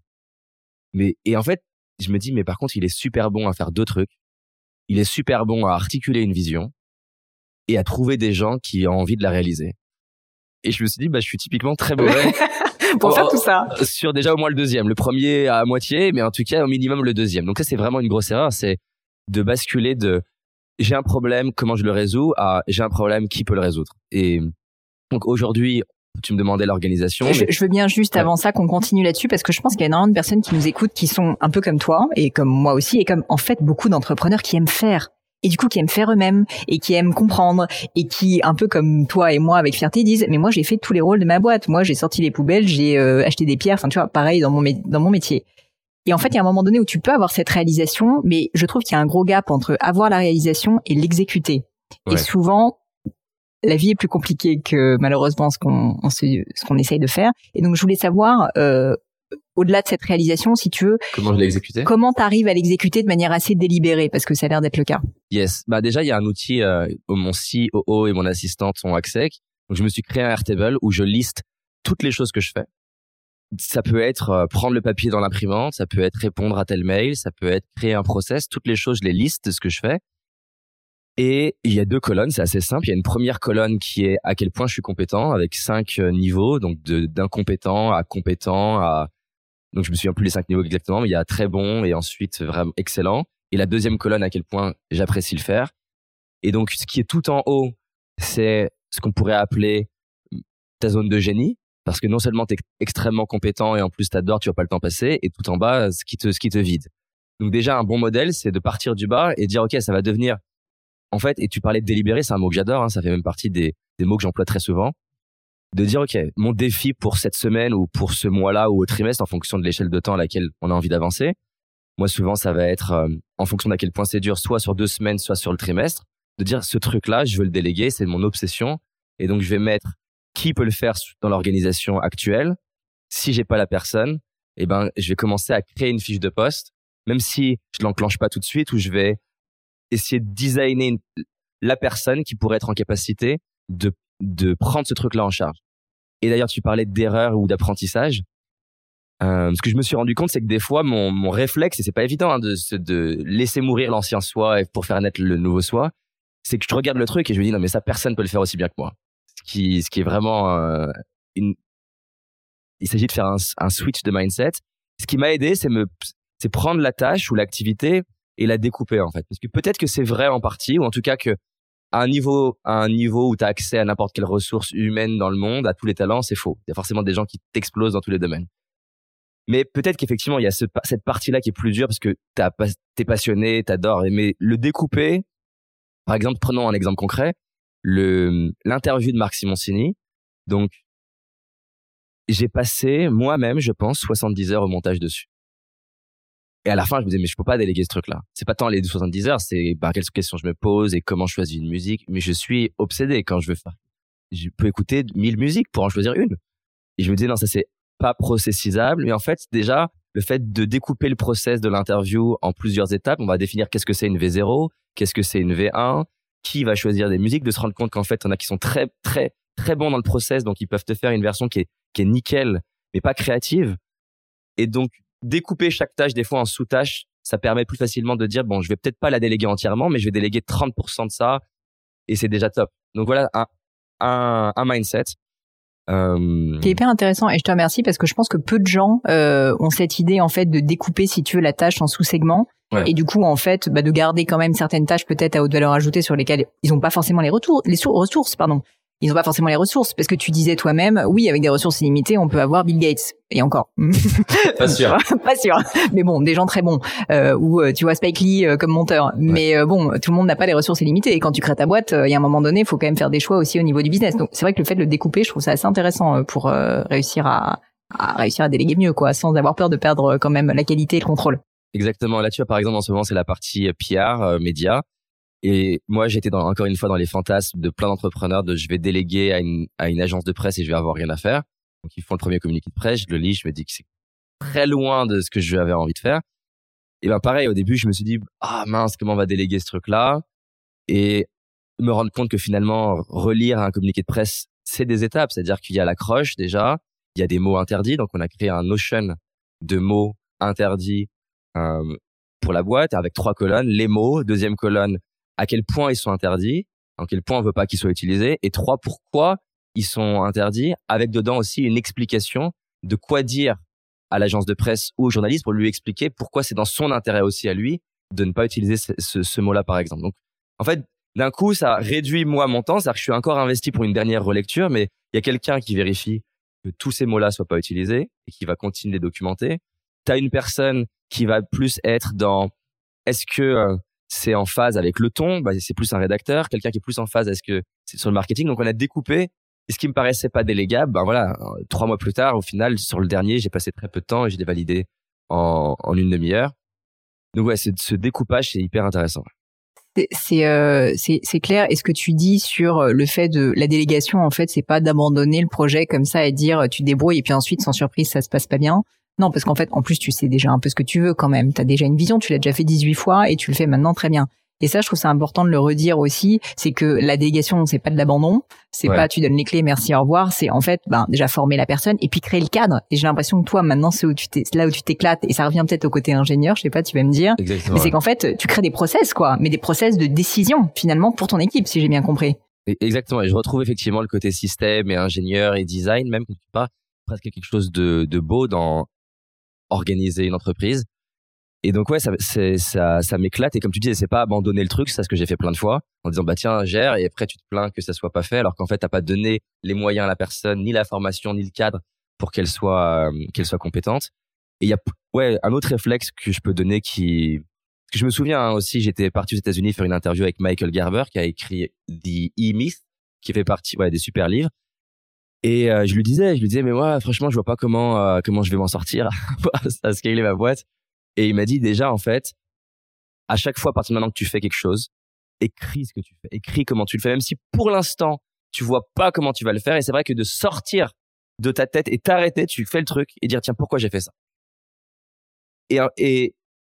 Et en fait, je me dis, mais par contre, il est super bon à faire deux trucs. Il est super bon à articuler une vision et à trouver des gens qui ont envie de la réaliser. Et je me suis dit, je suis typiquement très mauvais pour faire tout ça. Sur déjà au moins le deuxième. Le premier à moitié, mais en tout cas au minimum le deuxième. Donc ça, c'est vraiment une grosse erreur, c'est de basculer de j'ai un problème, comment je le résous, à j'ai un problème, qui peut le résoudre. Et donc aujourd'hui, tu me demandais l'organisation. Je veux bien juste avant ça qu'on continue là-dessus, parce que je pense qu'il y a énormément de personnes qui nous écoutent qui sont un peu comme toi et comme moi aussi, et comme en fait beaucoup d'entrepreneurs qui aiment faire. Et du coup, qui aiment faire eux-mêmes et qui aiment comprendre et qui, un peu comme toi et moi avec fierté, disent mais moi j'ai fait tous les rôles de ma boîte. Moi j'ai sorti les poubelles, j'ai acheté des pierres. Enfin tu vois, pareil dans mon métier. Et en fait, il y a un moment donné où tu peux avoir cette réalisation, mais je trouve qu'il y a un gros gap entre avoir la réalisation et l'exécuter. Ouais. Et souvent, la vie est plus compliquée que malheureusement ce qu'on essaye de faire. Et donc je voulais savoir, au-delà de cette réalisation, si tu veux, comment je l'ai exécuté, comment t'arrives à l'exécuter de manière assez délibérée, parce que ça a l'air d'être le cas. Yes. Déjà, il y a un outil, mon COO et mon assistante ont accès. Donc, je me suis créé un Airtable où je liste toutes les choses que je fais. Ça peut être prendre le papier dans l'imprimante, ça peut être répondre à tel mail, ça peut être créer un process. Toutes les choses, je les liste de ce que je fais. Et il y a deux colonnes, c'est assez simple. Il y a une première colonne qui est à quel point je suis compétent, avec 5 niveaux, donc d'incompétent à compétent à... Donc je me souviens plus les 5 niveaux exactement, mais il y a très bon et ensuite vraiment excellent. Et la deuxième colonne, à quel point j'apprécie le faire. Et donc ce qui est tout en haut, c'est ce qu'on pourrait appeler ta zone de génie, parce que non seulement tu es extrêmement compétent et en plus t'adores, tu vas pas le temps passer, et tout en bas, ce qui te vide. Donc déjà, un bon modèle, c'est de partir du bas et dire, OK, ça va devenir... En fait, et tu parlais de délibérer, c'est un mot que j'adore, ça fait même partie des mots que j'emploie très souvent. De dire, OK, mon défi pour cette semaine ou pour ce mois-là ou au trimestre, en fonction de l'échelle de temps à laquelle on a envie d'avancer. Moi, souvent, ça va être, en fonction d'à quel point c'est dur, soit sur 2 semaines, soit sur le trimestre, de dire, ce truc-là, je veux le déléguer, c'est mon obsession. Et donc, je vais mettre qui peut le faire dans l'organisation actuelle. Si j'ai pas la personne, je vais commencer à créer une fiche de poste, même si je l'enclenche pas tout de suite, où je vais essayer de designer la personne qui pourrait être en capacité de prendre ce truc-là en charge. Et d'ailleurs, tu parlais d'erreur ou d'apprentissage. Ce que je me suis rendu compte, c'est que des fois, mon réflexe, et c'est pas évident de laisser mourir l'ancien soi pour faire naître le nouveau soi, c'est que je regarde le truc et je me dis non mais ça personne peut le faire aussi bien que moi. Ce qui est vraiment il s'agit de faire un switch de mindset. Ce qui m'a aidé, c'est prendre la tâche ou l'activité et la découper en fait. Parce que peut-être que c'est vrai en partie, ou en tout cas que à un niveau où tu as accès à n'importe quelle ressource humaine dans le monde, à tous les talents, c'est faux. Il y a forcément des gens qui t'explosent dans tous les domaines. Mais peut-être qu'effectivement, il y a cette partie-là qui est plus dure parce que t'es passionné, t'adores. Mais le découper, par exemple, prenons un exemple concret, l'interview de Marc Simoncini. Donc, j'ai passé moi-même, je pense, 70 heures au montage dessus. Et à la fin, je me disais, mais je peux pas déléguer ce truc-là. C'est pas tant les 70 heures, c'est quelles questions je me pose et comment je choisis une musique. Mais je suis obsédé quand je veux faire. Je peux écouter 1000 musiques pour en choisir une. Et je me disais, non, ça c'est pas processisable. Mais en fait, déjà, le fait de découper le process de l'interview en plusieurs étapes, on va définir qu'est-ce que c'est une V0, qu'est-ce que c'est une V1, qui va choisir des musiques, de se rendre compte qu'en fait, on a qui sont très, très, très bons dans le process, donc ils peuvent te faire une version qui est nickel, mais pas créative. Et donc, découper chaque tâche des fois en sous-tâches, ça permet plus facilement de dire, bon, je vais peut-être pas la déléguer entièrement, mais je vais déléguer 30% de ça, et c'est déjà top. Donc voilà, un mindset. C'est hyper intéressant et je te remercie parce que je pense que peu de gens ont cette idée en fait de découper si tu veux la tâche en sous-segments et du coup en fait de garder quand même certaines tâches peut-être à haute valeur ajoutée sur lesquelles ils n'ont pas forcément les ressources. Ils n'ont pas forcément les ressources parce que tu disais toi-même, oui, avec des ressources illimitées, on peut avoir Bill Gates. Et encore. Pas sûr. Pas sûr. Mais bon, des gens très bons. Ou tu vois Spike Lee comme monteur. Ouais. Mais bon, tout le monde n'a pas les ressources illimitées. Et quand tu crées ta boîte, il y a un moment donné, il faut quand même faire des choix aussi au niveau du business. Donc c'est vrai que le fait de le découper, je trouve ça assez intéressant pour réussir à déléguer mieux, quoi, sans avoir peur de perdre quand même la qualité et le contrôle. Exactement. Là, tu vois, par exemple, en ce moment, c'est la partie PR, médias. Et moi, j'étais encore une fois dans les fantasmes de plein d'entrepreneurs je vais déléguer à une agence de presse et je vais avoir rien à faire. Donc, ils font le premier communiqué de presse, je le lis, je me dis que c'est très loin de ce que j'avais envie de faire. Et ben, pareil, au début, je me suis dit, ah mince, comment on va déléguer ce truc-là? Et me rendre compte que finalement, relire un communiqué de presse, c'est des étapes. C'est-à-dire qu'il y a l'accroche, déjà. Il y a des mots interdits. Donc, on a créé un Notion de mots interdits, pour la boîte avec 3 colonnes. Les mots, deuxième colonne, à quel point ils sont interdits, en quel point on veut pas qu'ils soient utilisés, et 3, pourquoi ils sont interdits, avec dedans aussi une explication de quoi dire à l'agence de presse ou au journaliste pour lui expliquer pourquoi c'est dans son intérêt aussi à lui de ne pas utiliser ce mot-là, par exemple. Donc, en fait, d'un coup, ça réduit moi mon temps, c'est-à-dire que je suis encore investi pour une dernière relecture, mais il y a quelqu'un qui vérifie que tous ces mots-là soient pas utilisés et qui va continuer de les documenter. T'as une personne qui va plus être dans est-ce que c'est en phase avec le ton, c'est plus un rédacteur, quelqu'un qui est plus en phase est-ce que c'est sur le marketing. Donc on a découpé, et ce qui me paraissait pas délégable, 3 mois plus tard, au final, sur le dernier, j'ai passé très peu de temps et j'ai validé en une demi-heure. Donc ouais, ce découpage, c'est hyper intéressant. C'est clair. Et ce que tu dis sur le fait de la délégation, en fait, c'est pas d'abandonner le projet comme ça et dire tu te débrouilles et puis ensuite, sans surprise, ça se passe pas bien. Non, parce qu'en fait, en plus, tu sais déjà un peu ce que tu veux quand même. T'as déjà une vision, tu l'as déjà fait 18 fois et tu le fais maintenant très bien. Et ça, je trouve ça important de le redire aussi, c'est que la délégation, c'est pas de l'abandon, c'est pas tu donnes les clés, merci, au revoir, c'est en fait déjà former la personne et puis créer le cadre. Et j'ai l'impression que toi, maintenant, c'est là où tu t'éclates, et ça revient peut-être au côté ingénieur, je sais pas, tu vas me dire. Exactement. Mais c'est qu'en fait, tu crées des process, quoi, mais des process de décision finalement pour ton équipe, si j'ai bien compris. Exactement. Et je retrouve effectivement le côté système et ingénieur et design, même quelque part, presque quelque chose de beau dans organiser une entreprise. Et donc ouais, ça m'éclate. Et comme tu disais, c'est pas abandonner le truc, c'est ce que j'ai fait plein de fois, en disant tiens, gère, et après tu te plains que ça soit pas fait, alors qu'en fait t'as pas donné les moyens à la personne, ni la formation, ni le cadre pour qu'elle soit compétente. Et il y a un autre réflexe que je peux donner que je me souviens aussi, j'étais parti aux États-Unis faire une interview avec Michael Gerber qui a écrit The E-Myth, qui fait partie des super livres. Et je lui disais mais moi franchement je vois pas comment je vais m'en sortir à scaler ma boîte. Et il m'a dit déjà en fait, à chaque fois à partir de maintenant que tu fais quelque chose, écris ce que tu fais, écris comment tu le fais, même si pour l'instant tu vois pas comment tu vas le faire. Et c'est vrai que de sortir de ta tête et t'arrêter, tu fais le truc et dire tiens, pourquoi j'ai fait ça. Et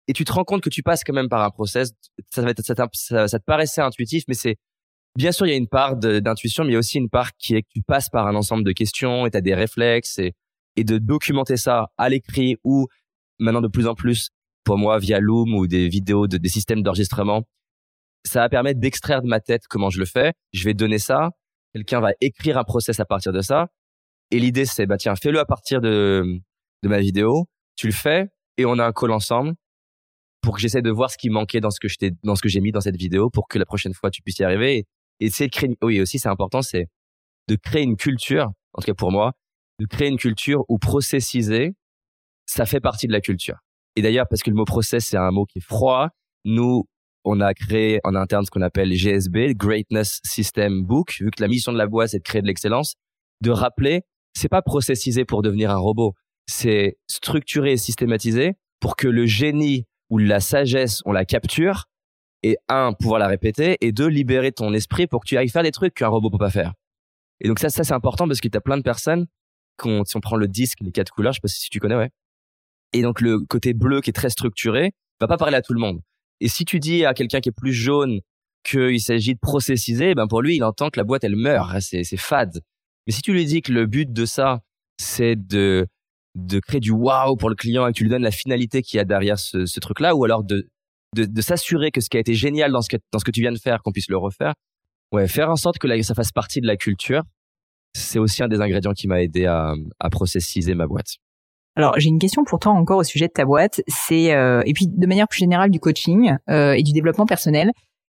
et tu te rends compte que tu passes quand même par un process. Ça te paraissait intuitif, mais c'est bien sûr il y a une part d'intuition, mais il y a aussi une part qui est que tu passes par un ensemble de questions et tu as des réflexes et de documenter ça à l'écrit ou maintenant de plus en plus pour moi via Loom ou des vidéos des systèmes d'enregistrement. Ça va permettre d'extraire de ma tête comment je le fais. Je vais donner ça. Quelqu'un va écrire un process à partir de ça. Et l'idée, c'est, tiens, fais-le à partir de ma vidéo. Tu le fais et on a un call ensemble pour que j'essaie de voir ce qui manquait dans ce que j'ai mis dans cette vidéo pour que la prochaine fois tu puisses y arriver. Et essayer de créer, oui, aussi, c'est important, c'est de créer une culture, en tout cas pour moi, de créer une culture où processiser, ça fait partie de la culture. Et d'ailleurs, parce que le mot process, c'est un mot qui est froid, nous, on a créé en interne ce qu'on appelle GSB, Greatness System Book, vu que la mission de la boîte, c'est de créer de l'excellence, de rappeler, c'est pas processiser pour devenir un robot, c'est structurer et systématiser pour que le génie ou la sagesse, on la capture, et pouvoir la répéter, et libérer ton esprit pour que tu ailles faire des trucs qu'un robot peut pas faire. Et donc ça c'est important parce que t'as plein de personnes si on prend le disque, les 4 couleurs, je sais pas si tu connais, ouais. Et donc le côté bleu qui est très structuré va pas parler à tout le monde. Et si tu dis à quelqu'un qui est plus jaune qu'il s'agit de processiser, pour lui, il entend que la boîte, elle meurt. C'est fade. Mais si tu lui dis que le but de ça, c'est de créer du waouh pour le client et que tu lui donnes la finalité qu'il y a derrière ce truc-là, ou alors de s'assurer que ce qui a été génial dans ce que tu viens de faire, qu'on puisse le refaire. Ouais, faire en sorte que ça fasse partie de la culture, c'est aussi un des ingrédients qui m'a aidé à processiser ma boîte. Alors, j'ai une question pour toi encore au sujet de ta boîte. Et puis de manière plus générale du coaching et du développement personnel.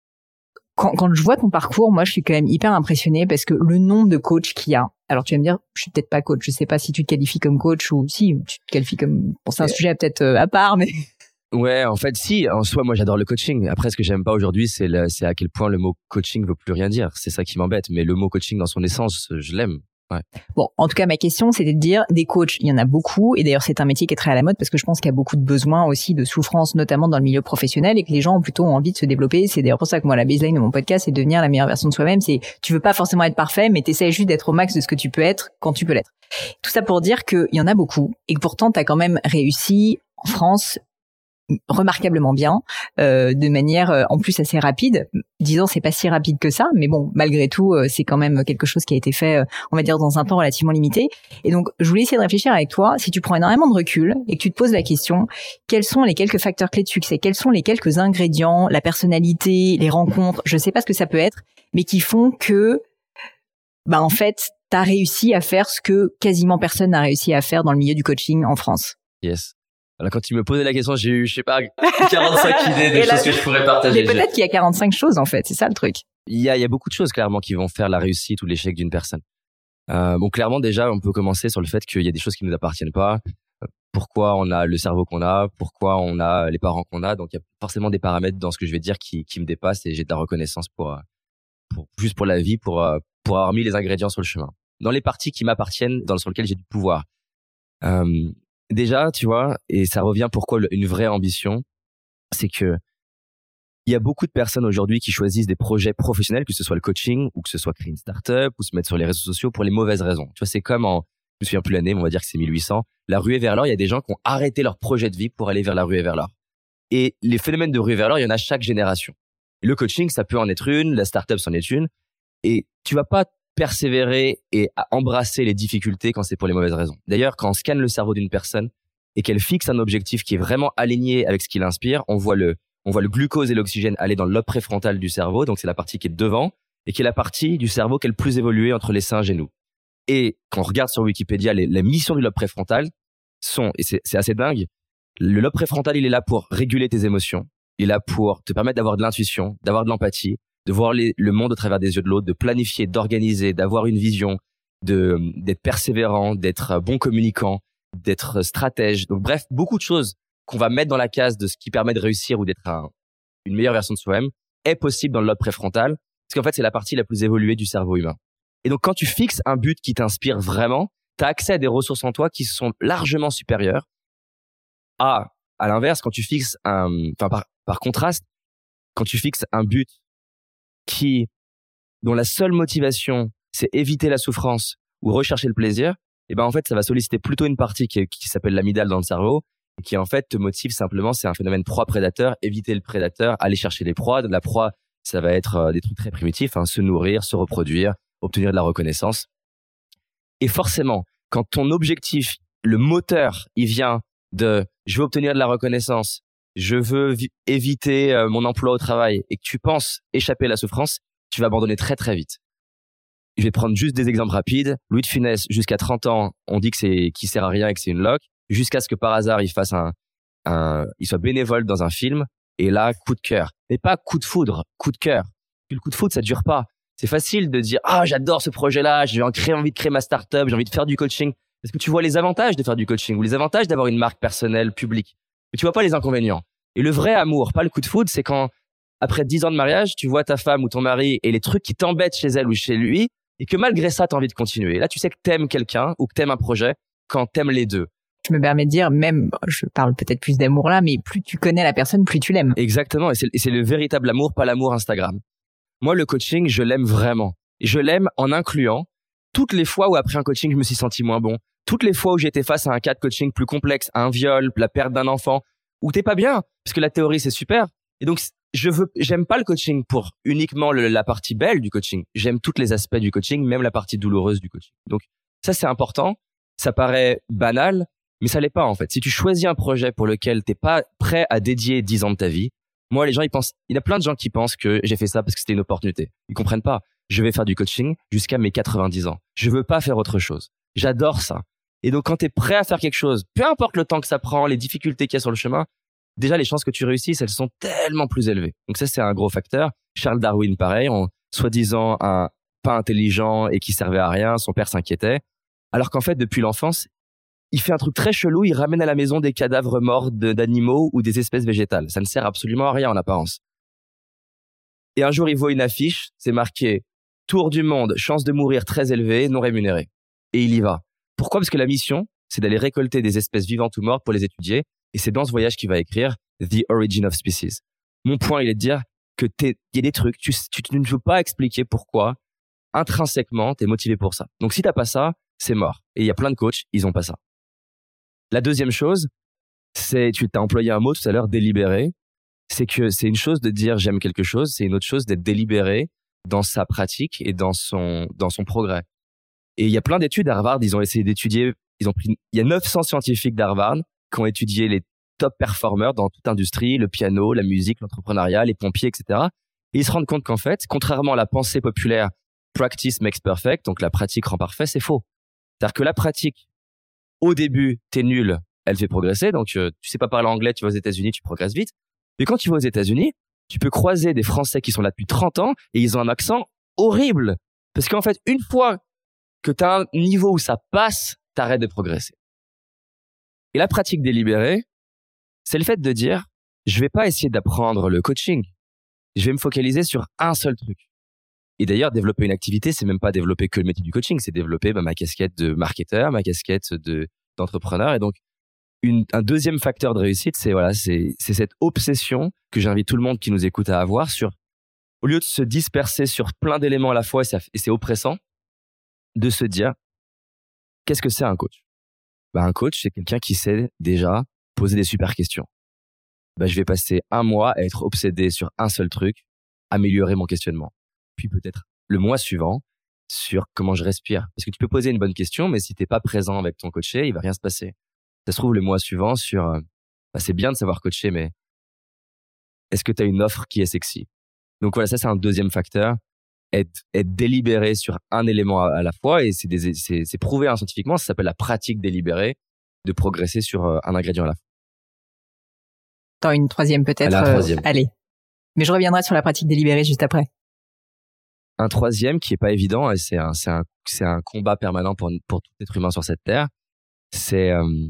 Quand je vois ton parcours, moi, je suis quand même hyper impressionnée parce que le nombre de coachs qu'il y a. Alors, tu vas me dire, je suis peut-être pas coach. Je sais pas si tu te qualifies comme coach ou si tu te qualifies comme. Bon, c'est un sujet peut-être à part, mais. Ouais, en fait, si. En soi, moi, j'adore le coaching. Après, ce que j'aime pas aujourd'hui, c'est à quel point le mot coaching veut plus rien dire. C'est ça qui m'embête. Mais le mot coaching dans son essence, je l'aime. Ouais. Bon, en tout cas, ma question, c'était de dire, des coachs, il y en a beaucoup, et d'ailleurs, c'est un métier qui est très à la mode parce que je pense qu'il y a beaucoup de besoins aussi de souffrance, notamment dans le milieu professionnel, et que les gens ont plutôt envie de se développer. C'est d'ailleurs pour ça que moi, la baseline de mon podcast, c'est de devenir la meilleure version de soi-même. C'est, tu veux pas forcément être parfait, mais t'essaies juste d'être au max de ce que tu peux être quand tu peux l'être. Tout ça pour dire qu'il y en a beaucoup, et que pourtant, t'as quand même réussi en France remarquablement bien, de manière en plus assez rapide. Disons, c'est pas si rapide que ça, mais bon, malgré tout, c'est quand même quelque chose qui a été fait, on va dire, dans un temps relativement limité. Et donc, je voulais essayer de réfléchir avec toi, si tu prends énormément de recul et que tu te poses la question, quels sont les quelques facteurs clés de succès, quels sont les quelques ingrédients, la personnalité, les rencontres, je sais pas ce que ça peut être, mais qui font que, en fait, t'as réussi à faire ce que quasiment personne n'a réussi à faire dans le milieu du coaching en France. Yes. Alors quand tu me posais la question, j'ai eu, je sais pas, 45 idées de choses que je pourrais partager. Mais peut-être qu'il y a 45 choses en fait, c'est ça le truc. Il y a beaucoup de choses clairement qui vont faire la réussite ou l'échec d'une personne. Bon, clairement déjà, on peut commencer sur le fait qu'il y a des choses qui nous appartiennent pas. Pourquoi on a le cerveau qu'on a, pourquoi on a les parents qu'on a. Donc il y a forcément des paramètres dans ce que je vais dire qui me dépassent et j'ai de la reconnaissance pour la vie, pour avoir mis les ingrédients sur le chemin. Dans les parties qui m'appartiennent, sur lesquelles j'ai du pouvoir. Déjà, tu vois, et ça revient pourquoi une vraie ambition, c'est que il y a beaucoup de personnes aujourd'hui qui choisissent des projets professionnels, que ce soit le coaching ou que ce soit créer une start-up ou se mettre sur les réseaux sociaux pour les mauvaises raisons. Tu vois, c'est comme je me souviens plus l'année, mais on va dire que c'est 1800, la ruée vers l'or, il y a des gens qui ont arrêté leur projet de vie pour aller vers la ruée vers l'or. Et les phénomènes de ruée vers l'or, il y en a chaque génération. Et le coaching, ça peut en être une, la start-up c'en est une, et tu vas pas persévérer et à embrasser les difficultés quand c'est pour les mauvaises raisons. D'ailleurs, quand on scanne le cerveau d'une personne et qu'elle fixe un objectif qui est vraiment aligné avec ce qui l'inspire, on voit le glucose et l'oxygène aller dans le lobe préfrontal du cerveau, donc c'est la partie qui est devant et qui est la partie du cerveau qui est le plus évoluée entre les singes et nous. Et quand on regarde sur Wikipédia les missions du lobe préfrontal et c'est assez dingue, le lobe préfrontal, il est là pour réguler tes émotions, il est là pour te permettre d'avoir de l'intuition, d'avoir de l'empathie, de voir le monde au travers des yeux de l'autre, de planifier, d'organiser, d'avoir une vision, d'être persévérant, d'être bon communicant, d'être stratège. Donc bref, beaucoup de choses qu'on va mettre dans la case de ce qui permet de réussir ou d'être une meilleure version de soi-même est possible dans le lobe préfrontal, parce qu'en fait, c'est la partie la plus évoluée du cerveau humain. Et donc quand tu fixes un but qui t'inspire vraiment, tu as accès à des ressources en toi qui sont largement supérieures à l'inverse, quand tu fixes par contraste, quand tu fixes un but dont la seule motivation, c'est éviter la souffrance ou rechercher le plaisir, et en fait, ça va solliciter plutôt une partie qui s'appelle l'amygdale dans le cerveau, et qui en fait te motive simplement. C'est un phénomène proie-prédateur, éviter le prédateur, aller chercher les proies. La proie, ça va être des trucs très primitifs, se nourrir, se reproduire, obtenir de la reconnaissance. Et forcément, quand ton objectif, le moteur, il vient de « je veux obtenir de la reconnaissance, je veux éviter mon emploi au travail » et que tu penses échapper à la souffrance, tu vas abandonner très très vite. Je vais prendre juste des exemples rapides. Louis de Funès, jusqu'à 30 ans, on dit qu'il sert à rien et que c'est une loque, jusqu'à ce que par hasard, il fasse il soit bénévole dans un film. Et là, coup de cœur. Mais pas coup de foudre, coup de cœur. Puis le coup de foudre, ça dure pas. C'est facile de dire, j'adore ce projet-là, j'ai envie de créer ma start-up, j'ai envie de faire du coaching. Est-ce que tu vois les avantages de faire du coaching ou les avantages d'avoir une marque personnelle, publique? Mais tu vois pas les inconvénients. Et le vrai amour, pas le coup de foudre, c'est quand, après 10 ans de mariage, tu vois ta femme ou ton mari et les trucs qui t'embêtent chez elle ou chez lui, et que malgré ça, t'as envie de continuer. Et là, tu sais que t'aimes quelqu'un ou que t'aimes un projet quand t'aimes les deux. Je me permets de dire, même, je parle peut-être plus d'amour là, mais plus tu connais la personne, plus tu l'aimes. Exactement. Et c'est le véritable amour, pas l'amour Instagram. Moi, le coaching, je l'aime vraiment. Et je l'aime en incluant toutes les fois où après un coaching, je me suis senti moins bon. Toutes les fois où j'étais face à un cas de coaching plus complexe, un viol, la perte d'un enfant, où t'es pas bien. Parce que la théorie, c'est super. Et donc, j'aime pas le coaching pour uniquement la partie belle du coaching. J'aime tous les aspects du coaching, même la partie douloureuse du coaching. Donc, ça, c'est important. Ça paraît banal, mais ça l'est pas, en fait. Si tu choisis un projet pour lequel t'es pas prêt à dédier 10 ans de ta vie, moi, les gens, il y a plein de gens qui pensent que j'ai fait ça parce que c'était une opportunité. Ils comprennent pas. Je vais faire du coaching jusqu'à mes 90 ans. Je veux pas faire autre chose. J'adore ça. Et donc, quand t'es prêt à faire quelque chose, peu importe le temps que ça prend, les difficultés qu'il y a sur le chemin, déjà, les chances que tu réussisses, elles sont tellement plus élevées. Donc ça, c'est un gros facteur. Charles Darwin, pareil, soi-disant pas intelligent et qui servait à rien, son père s'inquiétait. Alors qu'en fait, depuis l'enfance, il fait un truc très chelou, il ramène à la maison des cadavres morts d'animaux ou des espèces végétales. Ça ne sert absolument à rien en apparence. Et un jour, il voit une affiche, c'est marqué « Tour du monde, chance de mourir très élevée, non rémunérée ». Et il y va. Pourquoi? Parce que la mission, c'est d'aller récolter des espèces vivantes ou mortes pour les étudier. Et c'est dans ce voyage qu'il va écrire « The Origin of Species ». Mon point, il est de dire que il y a des trucs, tu ne peux pas expliquer pourquoi, intrinsèquement, t'es motivé pour ça. Donc si t'as pas ça, c'est mort. Et il y a plein de coachs, ils ont pas ça. La deuxième chose, c'est, tu t'as employé un mot tout à l'heure, délibéré. C'est que c'est une chose de dire j'aime quelque chose, c'est une autre chose d'être délibéré dans sa pratique et dans son progrès. Et il y a plein d'études à Harvard, ils ont essayé d'étudier, il y a 900 scientifiques d'Harvard qui ont étudié les top performers dans toute industrie, le piano, la musique, l'entrepreneuriat, les pompiers, etc. Et ils se rendent compte qu'en fait, contrairement à la pensée populaire, practice makes perfect, donc la pratique rend parfait, c'est faux. C'est-à-dire que la pratique, au début, t'es nul, elle fait progresser. Donc, tu sais pas parler anglais, tu vas aux États-Unis, tu progresses vite. Mais quand tu vas aux États-Unis, tu peux croiser des Français qui sont là depuis 30 ans et ils ont un accent horrible. Parce qu'en fait, une fois que t'as un niveau où ça passe, t'arrêtes de progresser. Et la pratique délibérée, c'est le fait de dire, je vais pas essayer d'apprendre le coaching. Je vais me focaliser sur un seul truc. Et d'ailleurs, développer une activité, c'est même pas développer que le métier du coaching, c'est développer ma casquette de marketeur, ma casquette d'entrepreneur. Et donc, un deuxième facteur de réussite, c'est cette obsession que j'invite tout le monde qui nous écoute à avoir sur, au lieu de se disperser sur plein d'éléments à la fois et c'est oppressant, de se dire, qu'est-ce que c'est un coach? Un coach, c'est quelqu'un qui sait déjà poser des super questions. Je vais passer un mois à être obsédé sur un seul truc, améliorer mon questionnement. Puis peut-être le mois suivant sur comment je respire. Parce que tu peux poser une bonne question, mais si t'es pas présent avec ton coaché, il va rien se passer. Ça se trouve le mois suivant sur, c'est bien de savoir coacher, mais est-ce que tu as une offre qui est sexy? Donc voilà, ça c'est un deuxième facteur. Être délibéré sur un élément à la fois, et c'est prouvé scientifiquement, ça s'appelle la pratique délibérée, de progresser sur un ingrédient à la fois. T'as une troisième peut-être? La troisième. Allez. Mais je reviendrai sur la pratique délibérée juste après. Un troisième qui est pas évident, et c'est un combat permanent pour tout être humain sur cette terre, c'est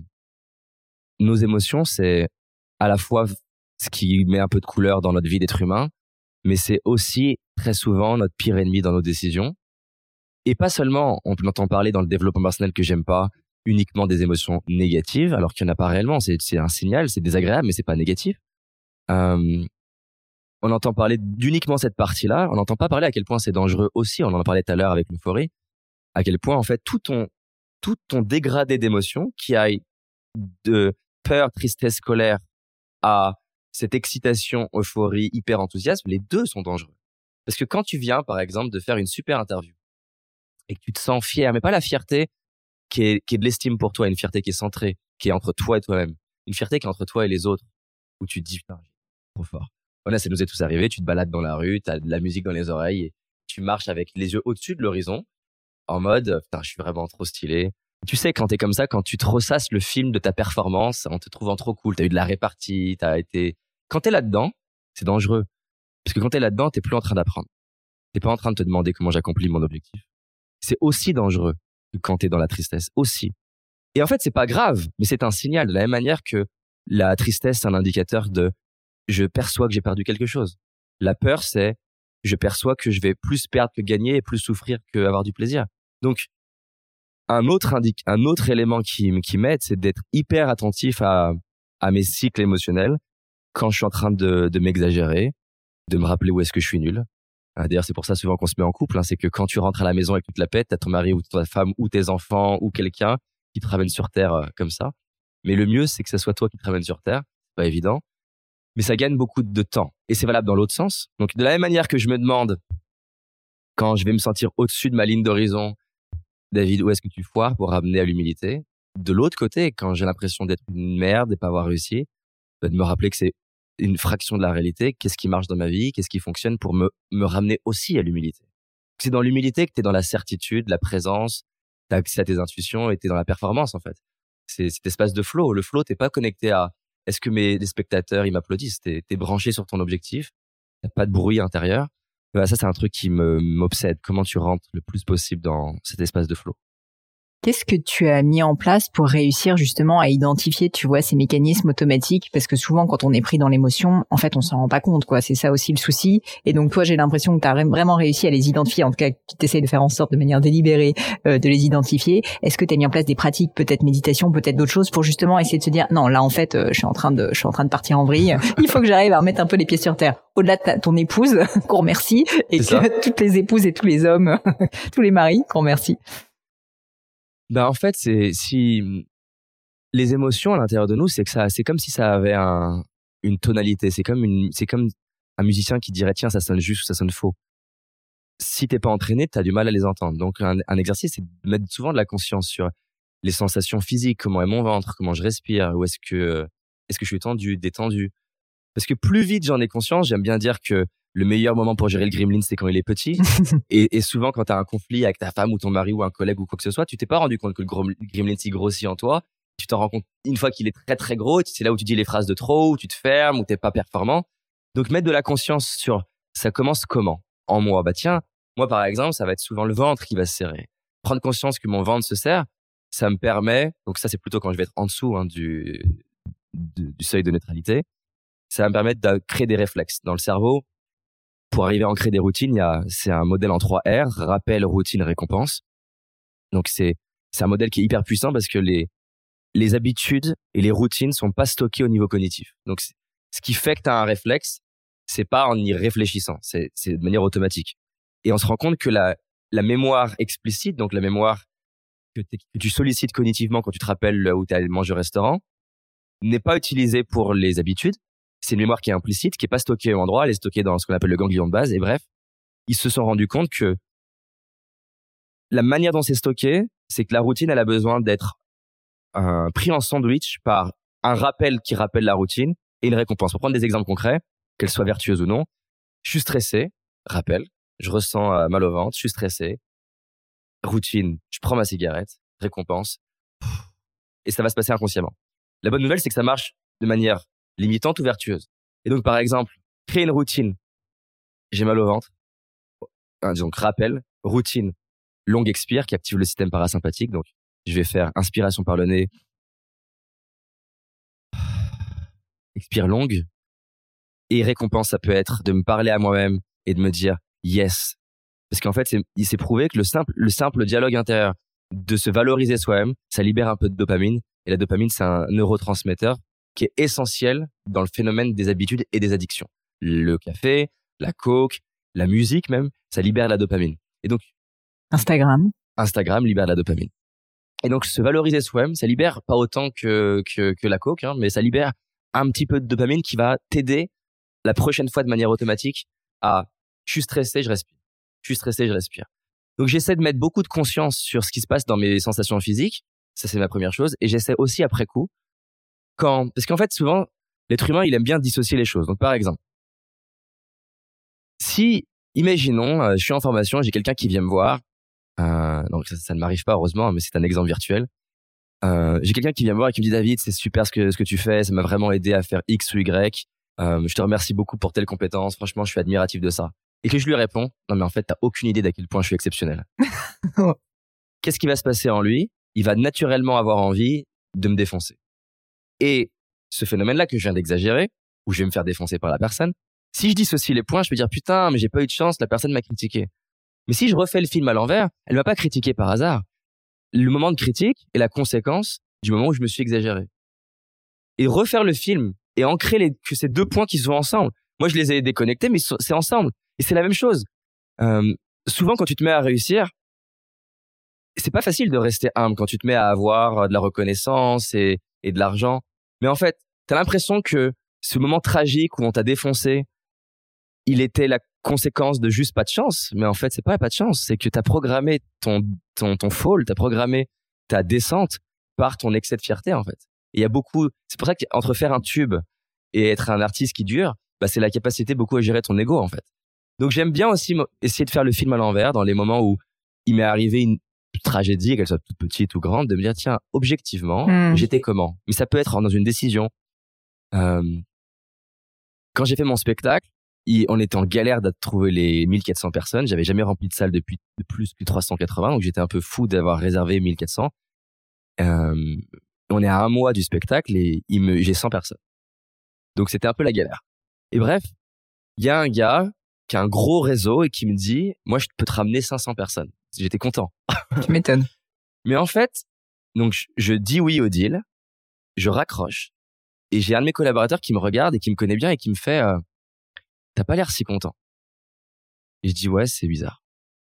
nos émotions, c'est à la fois ce qui met un peu de couleur dans notre vie d'être humain, mais c'est aussi très souvent notre pire ennemi dans nos décisions. Et pas seulement, on entend parler dans le développement personnel que j'aime pas, uniquement des émotions négatives, alors qu'il n'y en a pas réellement. C'est un signal, c'est désagréable, mais c'est pas négatif. On entend parler d'uniquement cette partie-là. On n'entend pas parler à quel point c'est dangereux aussi. On en a parlé tout à l'heure avec l'euphorie. À quel point, en fait, tout ton dégradé d'émotions qui aille de peur, tristesse, colère à cette excitation, euphorie, hyper enthousiasme, les deux sont dangereux. Parce que quand tu viens, par exemple, de faire une super interview et que tu te sens fier, mais pas la fierté qui est de l'estime pour toi, une fierté qui est centrée, qui est entre toi et toi-même, une fierté qui est entre toi et les autres, où tu te dis, putain, trop fort. Voilà, ça nous est tous arrivé, tu te balades dans la rue, t'as de la musique dans les oreilles et tu marches avec les yeux au-dessus de l'horizon, en mode, putain, je suis vraiment trop stylé. Tu sais, quand t'es comme ça, quand tu te ressasses le film de ta performance en te trouvant trop cool, t'as eu de la répartie, quand t'es là-dedans, c'est dangereux. Parce que quand t'es là-dedans, t'es plus en train d'apprendre. T'es pas en train de te demander comment j'accomplis mon objectif. C'est aussi dangereux que quand t'es dans la tristesse, aussi. Et en fait, c'est pas grave, mais c'est un signal de la même manière que la tristesse, c'est un indicateur de je perçois que j'ai perdu quelque chose. La peur, c'est je perçois que je vais plus perdre que gagner et plus souffrir que avoir du plaisir. Donc, un autre élément qui m'aide, c'est d'être hyper attentif à mes cycles émotionnels quand je suis en train de m'exagérer, de me rappeler où est-ce que je suis nul. D'ailleurs, c'est pour ça souvent qu'on se met en couple, c'est que quand tu rentres à la maison avec toute la pète, t'as ton mari ou ta femme ou tes enfants ou quelqu'un qui te ramène sur terre comme ça. Mais le mieux, c'est que ce soit toi qui te ramène sur terre. C'est pas évident. Mais ça gagne beaucoup de temps. Et c'est valable dans l'autre sens. Donc, de la même manière que je me demande, quand je vais me sentir au-dessus de ma ligne d'horizon, David, où est-ce que tu foires pour ramener à l'humilité? De l'autre côté, quand j'ai l'impression d'être une merde et pas avoir réussi, de me rappeler que c'est une fraction de la réalité, qu'est-ce qui marche dans ma vie, qu'est-ce qui fonctionne pour me ramener aussi à l'humilité. C'est dans l'humilité que t'es dans la certitude, la présence, t'as accès à tes intuitions et t'es dans la performance, en fait. C'est cet espace de flow. Le flow, t'es pas connecté à est-ce que les spectateurs, ils m'applaudissent? T'es branché sur ton objectif. T'as pas de bruit intérieur. Voilà, ça, c'est un truc qui m'obsède. Comment tu rentres le plus possible dans cet espace de flow? Qu'est-ce que tu as mis en place pour réussir justement à identifier, tu vois, ces mécanismes automatiques? Parce que souvent, quand on est pris dans l'émotion, en fait, on s'en rend pas compte, quoi. C'est ça aussi le souci. Et donc, toi, j'ai l'impression que tu as vraiment réussi à les identifier. En tout cas, tu t'essayes de faire en sorte de manière délibérée de les identifier. Est-ce que tu as mis en place des pratiques, peut-être méditation, peut-être d'autres choses pour justement essayer de se dire, non, là, en fait, je suis en train de partir en vrille. Il faut que j'arrive à remettre un peu les pieds sur terre. Au-delà de ton épouse, qu'on remercie, et que toutes les épouses et tous les hommes, tous les maris, qu'on remercie. En fait, si les émotions à l'intérieur de nous, c'est comme si ça avait une tonalité. C'est comme un musicien qui dirait tiens, ça sonne juste ou ça sonne faux. Si t'es pas entraîné, t'as du mal à les entendre. Donc un exercice, c'est de mettre souvent de la conscience sur les sensations physiques, comment est mon ventre, comment je respire, où est-ce que je suis tendu, détendu. Parce que plus vite j'en ai conscience, j'aime bien dire que le meilleur moment pour gérer le gremlin, c'est quand il est petit. et souvent, quand tu as un conflit avec ta femme ou ton mari ou un collègue ou quoi que ce soit, tu t'es pas rendu compte que le gremlin s'y grossit en toi. Tu t'en rends compte une fois qu'il est très, très gros. C'est là où tu dis les phrases de trop, où tu te fermes, où t'es pas performant. Donc, mettre de la conscience sur ça commence comment en moi. Tiens, moi, par exemple, ça va être souvent le ventre qui va se serrer. Prendre conscience que mon ventre se serre, ça me permet, donc ça, c'est plutôt quand je vais être en dessous du seuil de neutralité, ça va me permettre de créer des réflexes dans le cerveau. Pour arriver à ancrer des routines, c'est un modèle en 3 R, rappel, routine, récompense. Donc c'est un modèle qui est hyper puissant parce que les habitudes et les routines sont pas stockées au niveau cognitif. Donc ce qui fait que tu as un réflexe, c'est pas en y réfléchissant, c'est de manière automatique. Et on se rend compte que la mémoire explicite, donc la mémoire que tu sollicites cognitivement quand tu te rappelles où tu es allé manger au restaurant, n'est pas utilisée pour les habitudes. C'est une mémoire qui est implicite, qui est pas stockée au endroit, elle est stockée dans ce qu'on appelle le ganglion de base. Et bref, ils se sont rendus compte que la manière dont c'est stocké, c'est que la routine, elle a besoin d'être pris en sandwich par un rappel qui rappelle la routine et une récompense. Pour prendre des exemples concrets, qu'elles soient vertueuses ou non, je suis stressé, rappel, je ressens mal au ventre, je suis stressé, routine, je prends ma cigarette, récompense, et ça va se passer inconsciemment. La bonne nouvelle, c'est que ça marche de manière limitante ou vertueuse. Et donc, par exemple, créer une routine. J'ai mal au ventre. Donc, rappel, routine, longue expire qui active le système parasympathique. Donc, je vais faire inspiration par le nez. Expire longue. Et récompense, ça peut être de me parler à moi-même et de me dire yes. Parce qu'en fait, il s'est prouvé que le simple dialogue intérieur de se valoriser soi-même, ça libère un peu de dopamine. Et la dopamine, c'est un neurotransmetteur qui est essentiel dans le phénomène des habitudes et des addictions. Le café, la coke, la musique même, ça libère la dopamine. Et donc, Instagram libère la dopamine. Et donc, se valoriser soi-même, ça libère pas autant que la coke, hein, mais ça libère un petit peu de dopamine qui va t'aider la prochaine fois de manière automatique à je suis stressé, je respire. Je suis stressé, je respire. Donc, j'essaie de mettre beaucoup de conscience sur ce qui se passe dans mes sensations physiques. Ça, c'est ma première chose. Et j'essaie aussi après coup, parce qu'en fait, souvent, l'être humain, il aime bien dissocier les choses. Donc, par exemple, si, imaginons, je suis en formation, j'ai quelqu'un qui vient me voir, donc ça ne m'arrive pas heureusement, mais c'est un exemple virtuel. J'ai quelqu'un qui vient me voir et qui me dit David, c'est super ce que tu fais, ça m'a vraiment aidé à faire X ou Y. Je te remercie beaucoup pour telle compétence. Franchement, je suis admiratif de ça. Et que je lui réponds non mais en fait, t'as aucune idée d'à quel point je suis exceptionnel. Qu'est-ce qui va se passer en lui? Il va naturellement avoir envie de me défoncer. Et ce phénomène-là que je viens d'exagérer, où je vais me faire défoncer par la personne, si je dissocie les points, je peux dire putain, mais j'ai pas eu de chance, la personne m'a critiqué. Mais si je refais le film à l'envers, elle m'a pas critiqué par hasard. Le moment de critique est la conséquence du moment où je me suis exagéré. Et refaire le film et ancrer que ces deux points qui sont ensemble. Moi, je les ai déconnectés, mais c'est ensemble. Et c'est la même chose. Souvent, quand tu te mets à réussir, c'est pas facile de rester humble quand tu te mets à avoir de la reconnaissance et de l'argent. Mais en fait, t'as l'impression que ce moment tragique où on t'a défoncé, il était la conséquence de juste pas de chance. Mais en fait, c'est pas de chance. C'est que t'as programmé ton fall, t'as programmé ta descente par ton excès de fierté, en fait. Et il y a beaucoup, c'est pour ça qu'entre faire un tube et être un artiste qui dure, bah, c'est la capacité beaucoup à gérer ton ego, en fait. Donc, j'aime bien aussi essayer de faire le film à l'envers dans les moments où il m'est arrivé une tragédie, qu'elle soit toute petite ou grande, de me dire, tiens, objectivement, j'étais comment? Mais ça peut être dans une décision. Quand j'ai fait mon spectacle, on était en galère de trouver les 1400 personnes. J'avais jamais rempli de salle de plus que 380. Donc, j'étais un peu fou d'avoir réservé 1400. On est à un mois du spectacle et j'ai 100 personnes. Donc, c'était un peu la galère. Et bref, il y a un gars qui a un gros réseau et qui me dit, moi, je peux te ramener 500 personnes. J'étais content. Tu m'étonnes. Mais en fait, donc, je dis oui au deal. Je raccroche. Et j'ai un de mes collaborateurs qui me regarde et qui me connaît bien et qui me fait, t'as pas l'air si content. Et je dis ouais, c'est bizarre.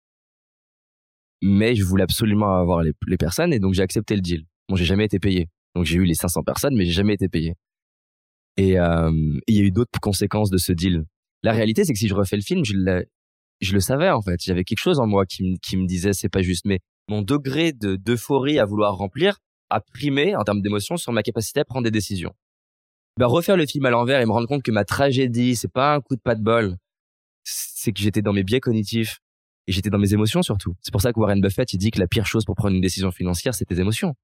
Mais je voulais absolument avoir les personnes et donc j'ai accepté le deal. Bon, j'ai jamais été payé. Donc j'ai eu les 500 personnes, mais j'ai jamais été payé. Et il y a eu d'autres conséquences de ce deal. La réalité, c'est que si je refais le film, je le savais en fait. J'avais quelque chose en moi qui me disait c'est pas juste. Mais mon degré d'euphorie à vouloir remplir a primé en termes d'émotion sur ma capacité à prendre des décisions. Ben, refaire le film à l'envers et me rendre compte que ma tragédie, c'est pas un coup de pas de bol. C'est que j'étais dans mes biais cognitifs et j'étais dans mes émotions surtout. C'est pour ça que Warren Buffett, il dit que la pire chose pour prendre une décision financière, c'est tes émotions.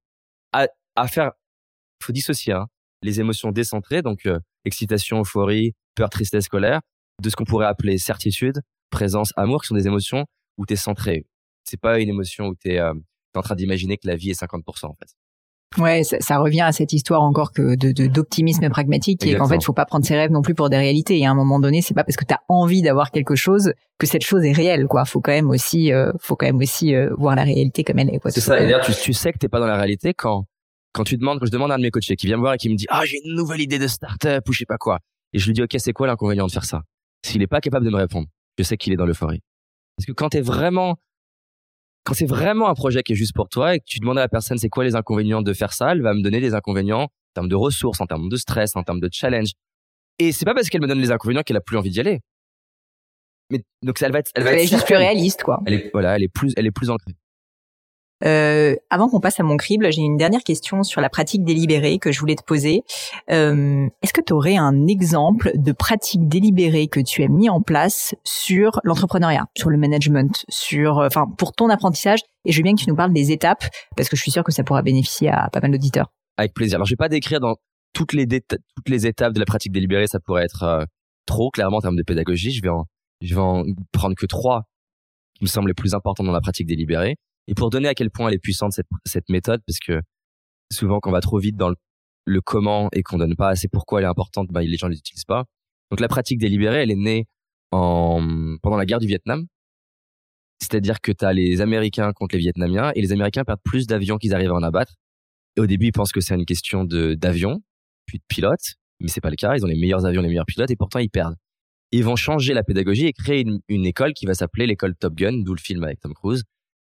Faut dissocier, hein, les émotions décentrées, donc, excitation, euphorie, peur, tristesse, colère, de ce qu'on pourrait appeler certitude, présence, amour, qui sont des émotions où t'es centré. C'est pas une émotion où t'es en train d'imaginer que la vie est 50%, en fait. Ouais, ça revient à cette histoire encore que d'optimisme pragmatique et qu'en fait, faut pas prendre ses rêves non plus pour des réalités. Et à un moment donné, c'est pas parce que t'as envie d'avoir quelque chose que cette chose est réelle, quoi. Faut quand même aussi voir la réalité comme elle est, quoi. C'est ça. Et d'ailleurs, tu sais que t'es pas dans la réalité quand je demande à un de mes coachés qui vient me voir et qui me dit, j'ai une nouvelle idée de start-up ou je sais pas quoi. Et je lui dis, OK, c'est quoi l'inconvénient de faire ça? S'il est pas capable de me répondre, je sais qu'il est dans l'euphorie. Parce que quand c'est vraiment un projet qui est juste pour toi et que tu demandes à la personne c'est quoi les inconvénients de faire ça, elle va me donner des inconvénients en termes de ressources, en termes de stress, en termes de challenge. Et c'est pas parce qu'elle me donne les inconvénients qu'elle a plus envie d'y aller. Mais donc elle va être juste plus réaliste, quoi. Elle est plus ancrée. Avant qu'on passe à mon crible, j'ai une dernière question sur la pratique délibérée que je voulais te poser. Est-ce que tu aurais un exemple de pratique délibérée que tu as mis en place sur l'entrepreneuriat, sur le management, pour ton apprentissage? Et je veux bien que tu nous parles des étapes, parce que je suis sûre que ça pourra bénéficier à pas mal d'auditeurs. Avec plaisir. Alors, je vais pas décrire dans toutes les étapes de la pratique délibérée, ça pourrait être trop clairement en termes de pédagogie. Je vais en prendre que 3 qui me semblent les plus importants dans la pratique délibérée. Et pour donner à quel point elle est puissante cette méthode, parce que souvent quand on va trop vite dans le comment et qu'on donne pas assez pourquoi elle est importante, les gens ne l'utilisent pas. Donc la pratique délibérée, elle est née pendant la guerre du Vietnam. C'est-à-dire que tu as les Américains contre les Vietnamiens et les Américains perdent plus d'avions qu'ils arrivent à en abattre. Et au début, ils pensent que c'est une question d'avions, puis de pilotes, mais c'est pas le cas. Ils ont les meilleurs avions, les meilleurs pilotes et pourtant ils perdent. Ils vont changer la pédagogie et créer une école qui va s'appeler l'école Top Gun, d'où le film avec Tom Cruise.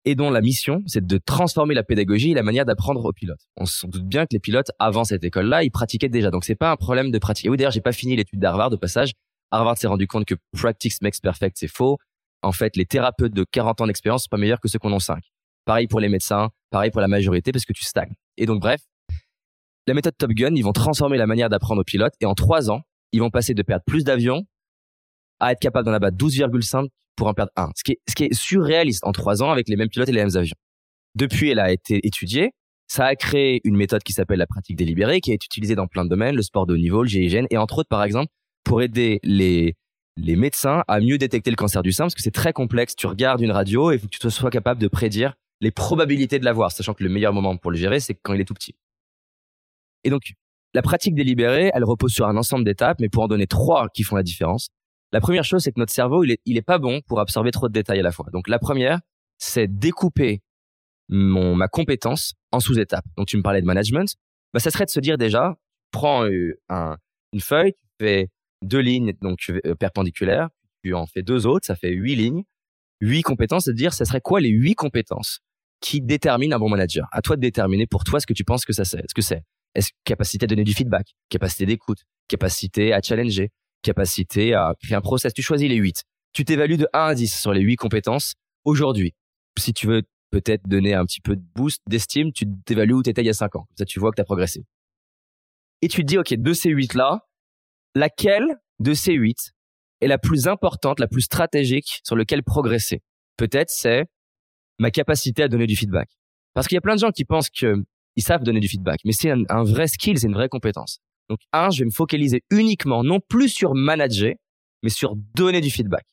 et dont la mission, c'est de transformer la pédagogie et la manière d'apprendre aux pilotes. On se doute bien que les pilotes, avant cette école-là, ils pratiquaient déjà. Donc, c'est pas un problème de pratiquer. Oui, d'ailleurs, j'ai pas fini l'étude d'Harvard, au passage. Harvard s'est rendu compte que practice makes perfect, c'est faux. En fait, les thérapeutes de 40 ans d'expérience sont pas meilleurs que ceux qu'on en 5. Pareil pour les médecins, pareil pour la majorité, parce que tu stagnes. Et donc, bref, la méthode Top Gun, ils vont transformer la manière d'apprendre aux pilotes, et en 3 ans, ils vont passer de perdre plus d'avions à être capable d'en abattre 12,5 pour en perdre 1. Ce qui est surréaliste en 3 ans avec les mêmes pilotes et les mêmes avions. Depuis, elle a été étudiée. Ça a créé une méthode qui s'appelle la pratique délibérée, qui est utilisée dans plein de domaines, le sport de haut niveau, le GIGN, et entre autres, par exemple, pour aider les médecins à mieux détecter le cancer du sein, parce que c'est très complexe. Tu regardes une radio et il faut que tu sois capable de prédire les probabilités de l'avoir, sachant que le meilleur moment pour le gérer, c'est quand il est tout petit. Et donc, la pratique délibérée, elle repose sur un ensemble d'étapes, mais pour en donner 3 qui font la différence. La première chose, c'est que notre cerveau, il est pas bon pour absorber trop de détails à la fois. Donc, la première, c'est découper ma compétence en sous-étapes. Donc, tu me parlais de management. Ça serait de se dire déjà, prends une feuille, tu fais 2 lignes donc perpendiculaires, tu en fais 2 autres, ça fait 8 lignes, 8 compétences, c'est de dire, ça serait quoi les 8 compétences qui déterminent un bon manager? À toi de déterminer pour toi ce que tu penses que ça c'est. Est-ce capacité à donner du feedback, capacité d'écoute, capacité à challenger, capacité à créer un process. Tu choisis les 8. Tu t'évalues de 1 à 10 sur les 8 compétences aujourd'hui. Si tu veux peut-être donner un petit peu de boost d'estime, tu t'évalues où tu étais il y a 5 ans. Comme ça, tu vois que tu as progressé. Et tu te dis, OK, de ces 8-là, laquelle de ces 8 est la plus importante, la plus stratégique sur lequel progresser? Peut-être c'est ma capacité à donner du feedback. Parce qu'il y a plein de gens qui pensent qu'ils savent donner du feedback, mais c'est un vrai skill, c'est une vraie compétence. Donc, je vais me focaliser uniquement, non plus sur manager, mais sur donner du feedback.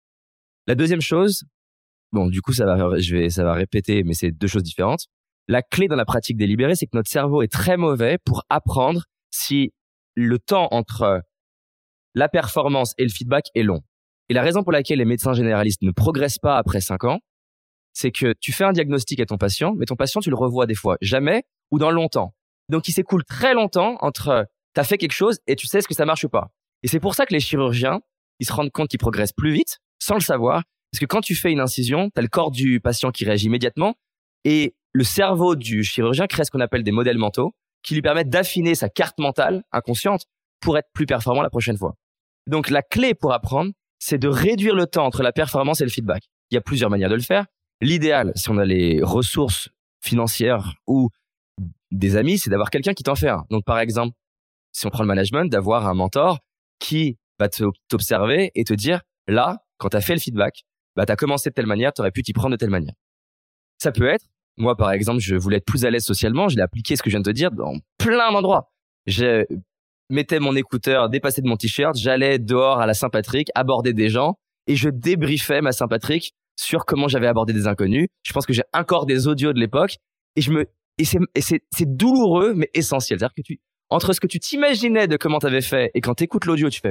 La deuxième chose, bon, du coup, ça va répéter, mais c'est 2 choses différentes. La clé dans la pratique délibérée, c'est que notre cerveau est très mauvais pour apprendre si le temps entre la performance et le feedback est long. Et la raison pour laquelle les médecins généralistes ne progressent pas après 5 ans, c'est que tu fais un diagnostic à ton patient, mais ton patient, tu le revois des fois jamais ou dans longtemps. Donc, il s'écoule très longtemps entre t'as fait quelque chose et tu sais ce que ça marche ou pas. Et c'est pour ça que les chirurgiens, ils se rendent compte qu'ils progressent plus vite sans le savoir. Parce que quand tu fais une incision, t'as le corps du patient qui réagit immédiatement et le cerveau du chirurgien crée ce qu'on appelle des modèles mentaux qui lui permettent d'affiner sa carte mentale inconsciente pour être plus performant la prochaine fois. Donc, la clé pour apprendre, c'est de réduire le temps entre la performance et le feedback. Il y a plusieurs manières de le faire. L'idéal, si on a les ressources financières ou des amis, c'est d'avoir quelqu'un qui t'en fait un. Donc, par exemple, si on prend le management, d'avoir un mentor qui va t'observer et te dire, là, quand tu as fait le feedback, tu as commencé de telle manière, tu aurais pu t'y prendre de telle manière. Ça peut être, moi, par exemple, je voulais être plus à l'aise socialement, je l'ai appliqué ce que je viens de te dire dans plein d'endroits. Je mettais mon écouteur dépassé de mon t-shirt, j'allais dehors à la Saint-Patrick, aborder des gens et je débriefais ma Saint-Patrick sur comment j'avais abordé des inconnus. Je pense que j'ai encore des audios de l'époque et c'est douloureux mais essentiel. C'est-à-dire que entre ce que tu t'imaginais de comment t'avais fait et quand t'écoutes l'audio, tu fais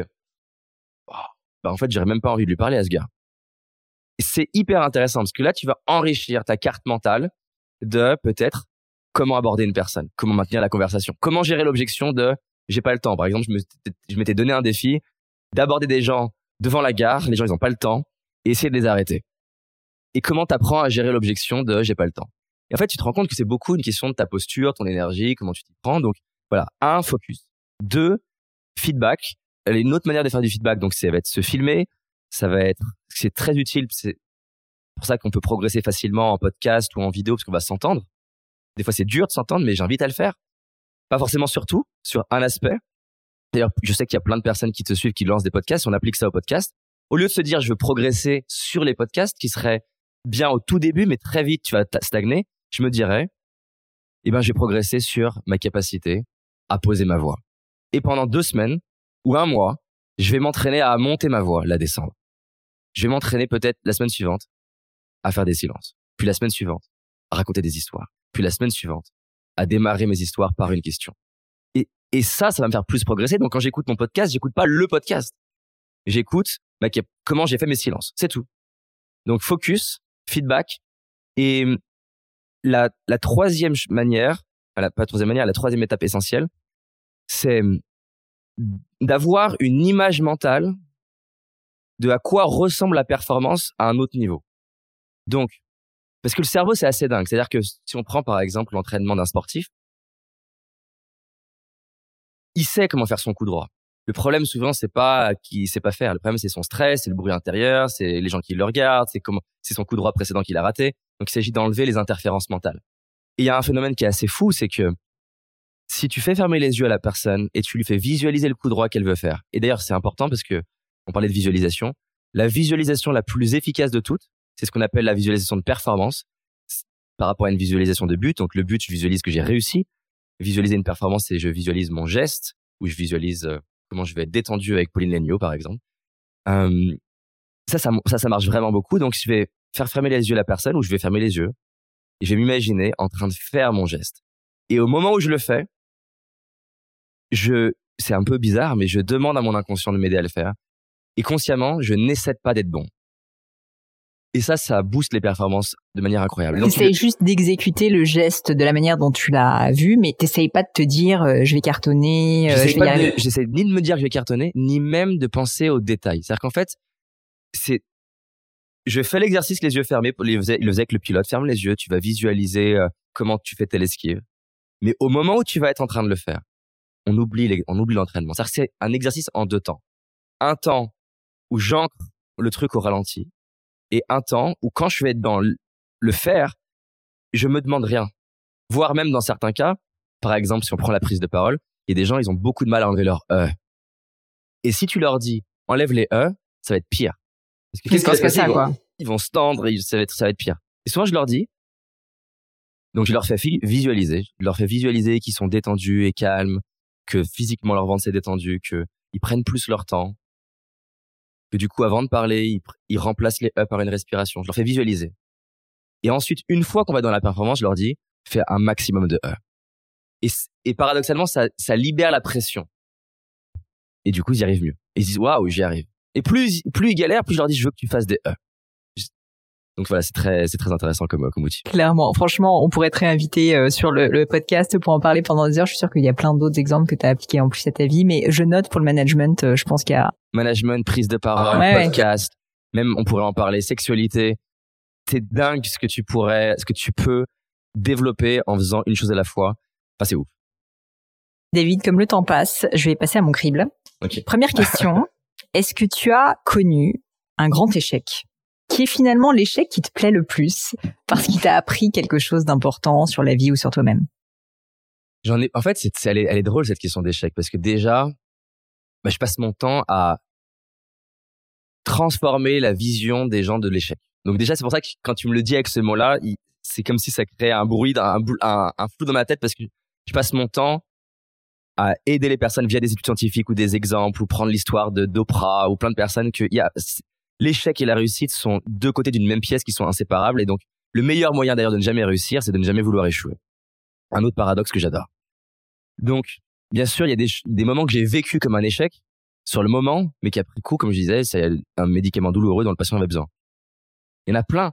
en fait, j'aurais même pas envie de lui parler à ce gars. Et c'est hyper intéressant parce que là, tu vas enrichir ta carte mentale de peut-être comment aborder une personne, comment maintenir la conversation, comment gérer l'objection de j'ai pas le temps. Par exemple, je m'étais donné un défi d'aborder des gens devant la gare, les gens ils ont pas le temps et essayer de les arrêter. Et comment t'apprends à gérer l'objection de j'ai pas le temps. Et en fait, tu te rends compte que c'est beaucoup une question de ta posture, ton énergie, comment tu t'y prends. Donc voilà, 1, focus. 2, feedback. Une autre manière de faire du feedback, donc ça va être se filmer, c'est très utile, c'est pour ça qu'on peut progresser facilement en podcast ou en vidéo parce qu'on va s'entendre. Des fois, c'est dur de s'entendre, mais j'invite à le faire. Pas forcément sur tout, sur un aspect. D'ailleurs, je sais qu'il y a plein de personnes qui te suivent, qui lancent des podcasts. On applique ça au podcast. Au lieu de se dire, je veux progresser sur les podcasts, qui serait bien au tout début, mais très vite, tu vas stagner, je me dirais, je vais progresser sur ma capacité à poser ma voix. Et pendant 2 semaines ou 1 mois, je vais m'entraîner à monter ma voix, la descendre. Je vais m'entraîner peut-être la semaine suivante à faire des silences. Puis la semaine suivante, à raconter des histoires. Puis la semaine suivante, à démarrer mes histoires par une question. Et ça va me faire plus progresser. Donc quand j'écoute mon podcast, j'écoute pas le podcast. J'écoute comment j'ai fait mes silences. C'est tout. Donc focus, feedback. Et la troisième manière, la troisième étape essentielle, c'est d'avoir une image mentale de à quoi ressemble la performance à un autre niveau. Donc, Parce que le cerveau, c'est assez dingue. C'est-à-dire que si on prend par exemple l'entraînement d'un sportif, il sait comment faire son coup droit. Le problème souvent, c'est pas qu'il sait pas faire. Le problème, c'est son stress, c'est le bruit intérieur, c'est les gens qui le regardent, c'est son coup droit précédent qu'il a raté. Donc il s'agit d'enlever les interférences mentales. Et il y a un phénomène qui est assez fou, c'est que si tu fais fermer les yeux à la personne et tu lui fais visualiser le coup droit qu'elle veut faire. Et d'ailleurs, c'est important parce que on parlait de visualisation. La visualisation la plus efficace de toutes, c'est ce qu'on appelle la visualisation de performance par rapport à une visualisation de but. Donc le but, je visualise que j'ai réussi. Visualiser une performance, c'est je visualise mon geste ou je visualise comment je vais être détendu avec Pauline Léniaud, par exemple. Ça marche vraiment beaucoup. Donc je vais faire fermer les yeux à la personne ou je vais fermer les yeux et je vais m'imaginer en train de faire mon geste. Et au moment où je le fais, c'est un peu bizarre, mais je demande à mon inconscient de m'aider à le faire. Et consciemment, je n'essaie pas d'être bon. Et ça booste les performances de manière incroyable. Tu essayes juste d'exécuter le geste de la manière dont tu l'as vu, mais t'essayes pas de te dire je vais cartonner, je vais y arriver. J'essaie ni de me dire que je vais cartonner, ni même de penser aux détails. C'est-à-dire qu'en fait, je fais l'exercice les yeux fermés. Il le faisait avec le pilote. Ferme les yeux, tu vas visualiser comment tu fais telle esquive. Mais au moment où tu vas être en train de le faire, on oublie l'entraînement. C'est-à-dire que c'est un exercice en 2 temps. Un temps où j'ancre le truc au ralenti et un temps où quand je vais être dans le faire, je me demande rien. Voire même dans certains cas, par exemple, si on prend la prise de parole, il y a des gens, ils ont beaucoup de mal à enlever leur « e ». Et si tu leur dis « enlève les « e », ça va être pire. Parce que qu'est-ce qui va se passer, quoi. Ils vont se tendre et ça va être pire. Et souvent, je leur dis, donc je leur fais visualiser. Je leur fais visualiser qu'ils sont détendus et calmes, que physiquement leur ventre s'est détendu, qu'ils prennent plus leur temps, que du coup, avant de parler, ils remplacent les « e » par une respiration. Je leur fais visualiser. Et ensuite, une fois qu'on va dans la performance, je leur dis, fais un maximum de « e ». Et paradoxalement, ça libère la pression. Et du coup, ils y arrivent mieux. Et ils se disent, waouh, j'y arrive. Et plus ils galèrent, plus je leur dis, je veux que tu fasses des « e ». Donc voilà, c'est très intéressant comme outil. Clairement, franchement, on pourrait te réinviter sur le podcast pour en parler pendant des heures. Je suis sûr qu'il y a plein d'autres exemples que tu as appliqués en plus à ta vie, mais je note pour le management, je pense qu'il y a management, prise de parole, podcast, même on pourrait en parler, sexualité. C'est dingue ce que tu peux développer en faisant une chose à la fois. Enfin, c'est ouf. David, comme le temps passe, je vais passer à mon crible. Okay. Première question, est-ce que tu as connu un grand échec qui est finalement l'échec qui te plaît le plus parce qu'il t'a appris quelque chose d'important sur la vie ou sur toi-même? En fait, elle est drôle cette question d'échec parce que déjà, je passe mon temps à transformer la vision des gens de l'échec. Donc déjà, c'est pour ça que quand tu me le dis avec ce mot-là, c'est comme si ça créait un bruit, un flou dans ma tête parce que je passe mon temps à aider les personnes via des études scientifiques ou des exemples ou prendre l'histoire d'Oprah ou plein de personnes l'échec et la réussite sont 2 côtés d'une même pièce qui sont inséparables. Et donc, le meilleur moyen d'ailleurs de ne jamais réussir, c'est de ne jamais vouloir échouer. Un autre paradoxe que j'adore. Donc, bien sûr, il y a des moments que j'ai vécu comme un échec sur le moment, mais qu'après coup, comme je disais, c'est un médicament douloureux dont le patient avait besoin. Il y en a plein.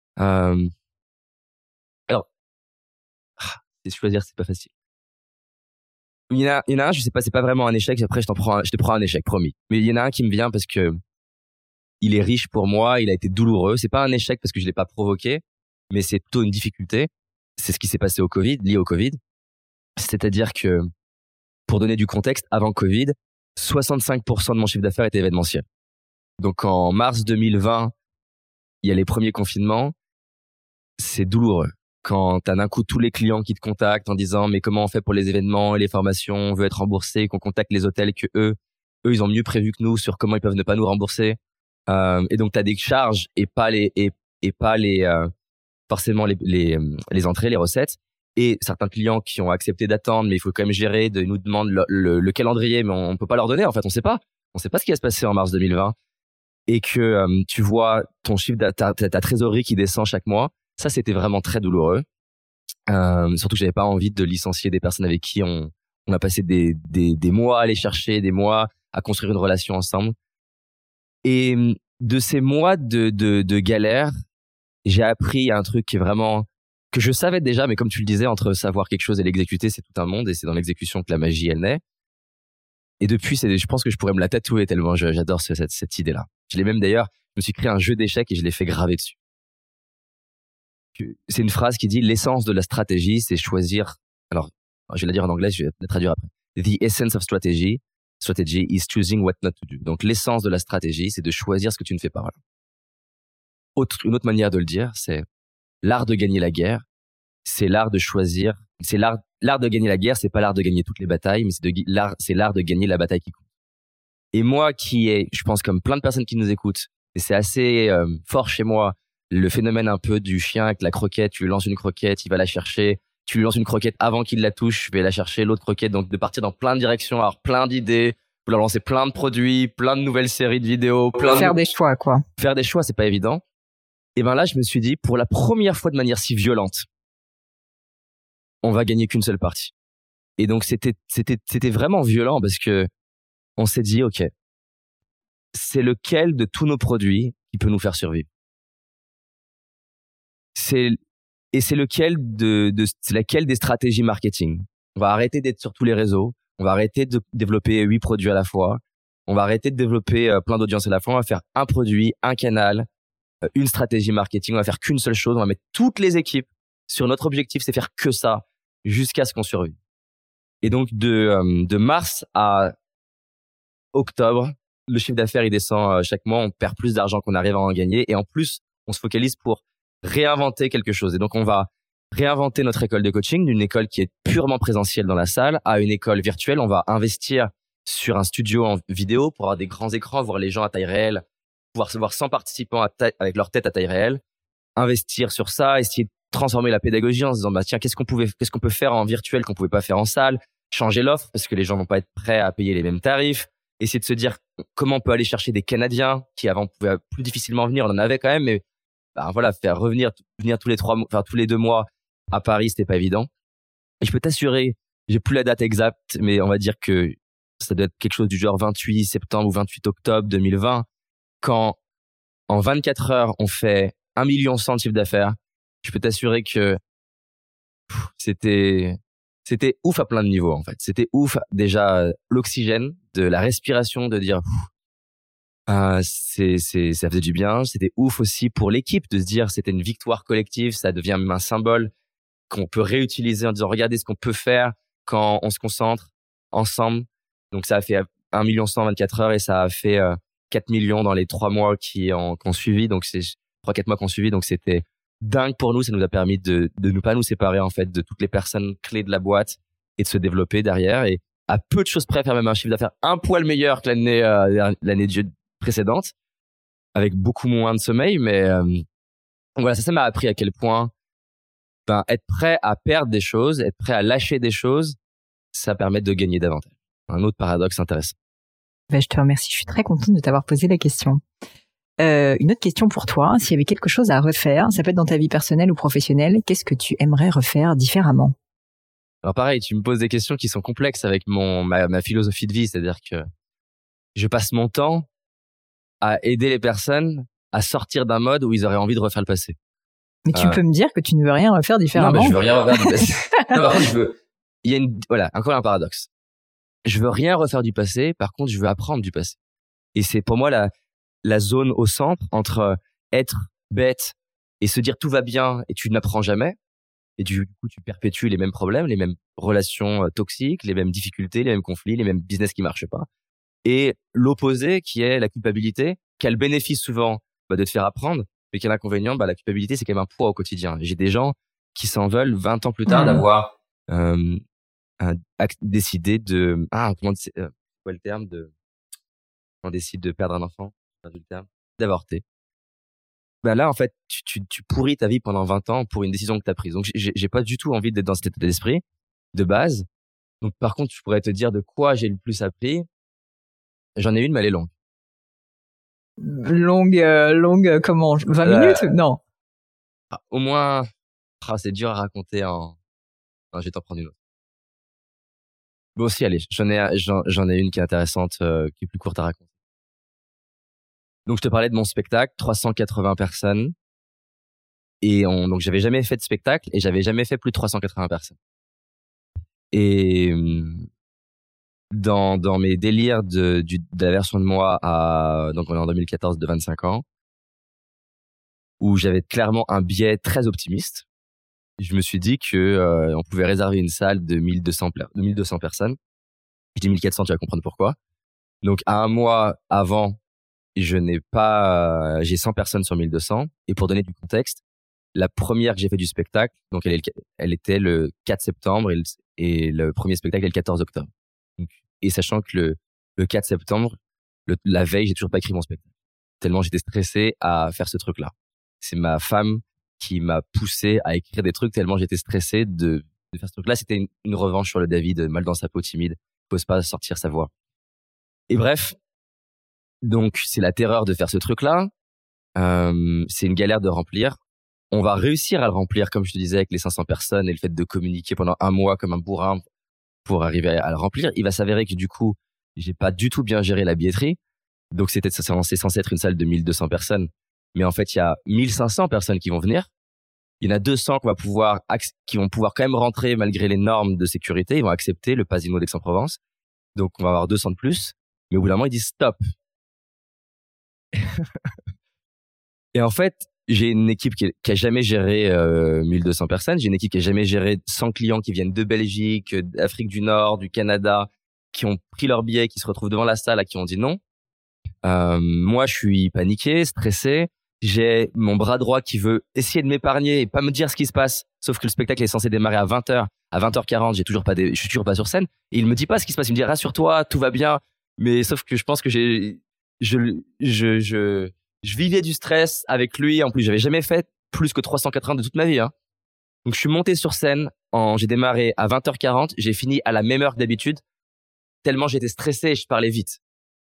Alors, choisir, c'est pas facile. Il y en a un, je sais pas, c'est pas vraiment un échec. Après, je te prends un échec, promis. Mais il y en a un qui me vient parce que il est riche pour moi, il a été douloureux. C'est pas un échec parce que je l'ai pas provoqué, mais c'est plutôt une difficulté. C'est ce qui s'est passé lié au Covid. C'est-à-dire que, pour donner du contexte, avant Covid, 65% de mon chiffre d'affaires était événementiel. Donc, en mars 2020, il y a les premiers confinements. C'est douloureux. Quand t'as d'un coup tous les clients qui te contactent en disant, mais comment on fait pour les événements et les formations, on veut être remboursé, qu'on contacte les hôtels que eux, ils ont mieux prévu que nous sur comment ils peuvent ne pas nous rembourser. Et donc t'as des charges et pas forcément les entrées, les recettes. Et certains clients qui ont accepté d'attendre, mais il faut quand même gérer, de nous demandent le calendrier, mais on peut pas leur donner. En fait, on sait pas ce qui va se passer en mars 2020. Et que tu vois ton chiffre, ta trésorerie qui descend chaque mois. Ça, c'était vraiment très douloureux. Surtout que j'avais pas envie de licencier des personnes avec qui on a passé des mois à aller chercher, des mois à construire une relation ensemble. Et de ces mois de galère, j'ai appris un truc qui est vraiment, que je savais déjà, mais comme tu le disais, entre savoir quelque chose et l'exécuter, c'est tout un monde, et c'est dans l'exécution que la magie, elle naît. Et depuis, je pense que je pourrais me la tatouer tellement j'adore cette idée-là. Je l'ai même d'ailleurs, je me suis créé un jeu d'échecs et je l'ai fait graver dessus. c'est une phrase qui dit l'essence de la stratégie, c'est choisir. Alors, je vais la dire en anglais, je vais la traduire après. The essence of strategy is choosing what not to do. Donc, l'essence de la stratégie, c'est de choisir ce que tu ne fais pas. Voilà. Une autre manière de le dire, c'est l'art de gagner la guerre. C'est l'art de choisir. C'est l'art de gagner la guerre. C'est pas l'art de gagner toutes les batailles, mais c'est l'art de gagner la bataille qui compte. Et moi, je pense comme plein de personnes qui nous écoutent, et c'est assez fort chez moi, le phénomène un peu du chien avec la croquette. Tu lui lances une croquette, il va la chercher. Tu lui lances une croquette avant qu'il la touche, je vais la chercher, l'autre croquette. Donc, de partir dans plein de directions, avoir plein d'idées, vouloir lancer plein de produits, plein de nouvelles séries de vidéos. Faire des choix, quoi. Faire des choix, c'est pas évident. Et ben là, je me suis dit, pour la première fois de manière si violente, on va gagner qu'une seule partie. Et donc, c'était vraiment violent parce que on s'est dit, OK, c'est lequel de tous nos produits qui peut nous faire survivre? C'est laquelle des stratégies marketing? On va arrêter d'être sur tous les réseaux. On va arrêter de développer 8 produits à la fois. On va arrêter de développer plein d'audiences à la fois. On va faire un produit, un canal, une stratégie marketing. On va faire qu'une seule chose. On va mettre toutes les équipes sur notre objectif, c'est faire que ça jusqu'à ce qu'on survive. Et donc, de mars à octobre, le chiffre d'affaires, il descend chaque mois. On perd plus d'argent qu'on arrive à en gagner. Et en plus, on se focalise pour réinventer quelque chose. Et donc, on va réinventer notre école de coaching d'une école qui est purement présentielle dans la salle à une école virtuelle. On va investir sur un studio en vidéo pour avoir des grands écrans, voir les gens à taille réelle, pouvoir se voir 100 participants avec leur tête à taille réelle. Investir sur ça, essayer de transformer la pédagogie en se disant, bah, tiens, qu'est-ce qu'on peut faire en virtuel qu'on pouvait pas faire en salle? Changer l'offre parce que les gens vont pas être prêts à payer les mêmes tarifs. Essayer de se dire comment on peut aller chercher des Canadiens qui avant pouvaient plus difficilement venir. On en avait quand même, mais voilà, faire venir tous les 3 mois, enfin tous les 2 mois à Paris, c'était pas évident. Et je peux t'assurer, j'ai plus la date exacte, mais on va dire que ça doit être quelque chose du genre 28 septembre ou 28 octobre 2020, quand en 24 heures on fait 1,1 million de chiffre d'affaires. Je peux t'assurer que c'était ouf à plein de niveaux en fait. C'était ouf déjà l'oxygène, de la respiration, de dire ça faisait du bien. C'était ouf aussi pour l'équipe de se dire c'était une victoire collective, ça devient même un symbole qu'on peut réutiliser en disant regardez ce qu'on peut faire quand on se concentre ensemble. Donc ça a fait 1 million 124 heures et ça a fait 4 millions dans les 3 mois qui ont suivi. Donc c'est 3-4 mois qu'on suivi. Donc c'était dingue pour nous. Ça nous a permis de ne pas nous séparer en fait de toutes les personnes clés de la boîte et de se développer derrière. Et à peu de choses près, faire même un chiffre d'affaires un poil meilleur que l'année précédente, avec beaucoup moins de sommeil. Mais voilà, ça m'a appris à quel point être prêt à perdre des choses, être prêt à lâcher des choses, ça permet de gagner davantage. Un autre paradoxe intéressant. Je te remercie, je suis très contente de t'avoir posé la question. Une autre question pour toi, s'il y avait quelque chose à refaire, ça peut être dans ta vie personnelle ou professionnelle, qu'est-ce que tu aimerais refaire différemment? Alors pareil, tu me poses des questions qui sont complexes avec ma philosophie de vie, c'est-à-dire que je passe mon temps à aider les personnes à sortir d'un mode où ils auraient envie de refaire le passé. Mais tu peux me dire que tu ne veux rien refaire différemment? Non, mais je veux rien refaire du passé. Non, par contre, voilà, encore un paradoxe. Je veux rien refaire du passé, par contre, je veux apprendre du passé. Et c'est pour moi la zone au centre entre être bête et se dire tout va bien et tu n'apprends jamais. Et du coup, tu perpétues les mêmes problèmes, les mêmes relations toxiques, les mêmes difficultés, les mêmes conflits, les mêmes business qui marchent pas. Et l'opposé qui est la culpabilité, qui a le bénéfice souvent de te faire apprendre, mais qui a l'inconvénient, la culpabilité, c'est quand même un poids au quotidien. J'ai des gens qui s'en veulent 20 ans plus tard d'avoir décidé de... quoi le terme de... On décide de perdre un enfant, le terme, d'avorter. Là, en fait, tu pourris ta vie pendant 20 ans pour une décision que tu as prise. Donc, j'ai pas du tout envie d'être dans cet état d'esprit de base. Donc, par contre, je pourrais te dire de quoi j'ai le plus appris. J'en ai une, mais elle est longue. Longue comment? 20 minutes? Non. Au moins, c'est dur à raconter Non, je vais t'en prendre une autre. Bon, aussi, allez, j'en ai une qui est intéressante, qui est plus courte à raconter. Donc, je te parlais de mon spectacle, 380 personnes. Et donc, j'avais jamais fait de spectacle et j'avais jamais fait plus de 380 personnes. Et dans mes délires de la version de moi donc on est en 2014 de 25 ans, où j'avais clairement un biais très optimiste. Je me suis dit que on pouvait réserver une salle de 1200 personnes. Je dis 1400, tu vas comprendre pourquoi. Donc à un mois avant, j'ai 100 personnes sur 1200. Et pour donner du contexte, la première que j'ai fait du spectacle, donc elle était le 4 septembre et le premier spectacle est le 14 octobre. Donc, et sachant que le 4 septembre, la veille, j'ai toujours pas écrit mon spectacle. Tellement j'étais stressé à faire ce truc-là. C'est ma femme qui m'a poussé à écrire des trucs tellement j'étais stressé de faire ce truc-là. C'était une revanche sur le David, mal dans sa peau, timide, pose pas sortir sa voix. Et bref, donc c'est la terreur de faire ce truc-là. C'est une galère de remplir. On va réussir à le remplir, comme je te disais, avec les 500 personnes et le fait de communiquer pendant un mois comme un bourrin pour arriver à le remplir. Il va s'avérer que du coup, j'ai pas du tout bien géré la billetterie. Donc c'est censé être une salle de 1200 personnes. Mais en fait, il y a 1500 personnes qui vont venir. Il y en a 200 qui vont pouvoir quand même rentrer malgré les normes de sécurité. Ils vont accepter le Pasino d'Aix-en-Provence. Donc on va avoir 200 de plus. Mais au bout d'un moment, ils disent stop. Et en fait, j'ai une équipe qui a jamais géré 1200 personnes. J'ai une équipe qui a jamais géré 100 clients qui viennent de Belgique, d'Afrique du Nord, du Canada, qui ont pris leur billet, qui se retrouvent devant la salle, à qui ont dit non. Moi, je suis paniqué, stressé. J'ai mon bras droit qui veut essayer de m'épargner et pas me dire ce qui se passe. Sauf que le spectacle est censé démarrer à 20h. À 20h40, je suis toujours pas sur scène. Et il me dit pas ce qui se passe. Il me dit, rassure-toi, tout va bien. Mais sauf que je pense que je vivais du stress avec lui. En plus, j'avais jamais fait plus que 380 de toute ma vie, hein. Donc, je suis monté sur scène j'ai démarré à 20h40. J'ai fini à la même heure que d'habitude. Tellement j'étais stressé et je parlais vite.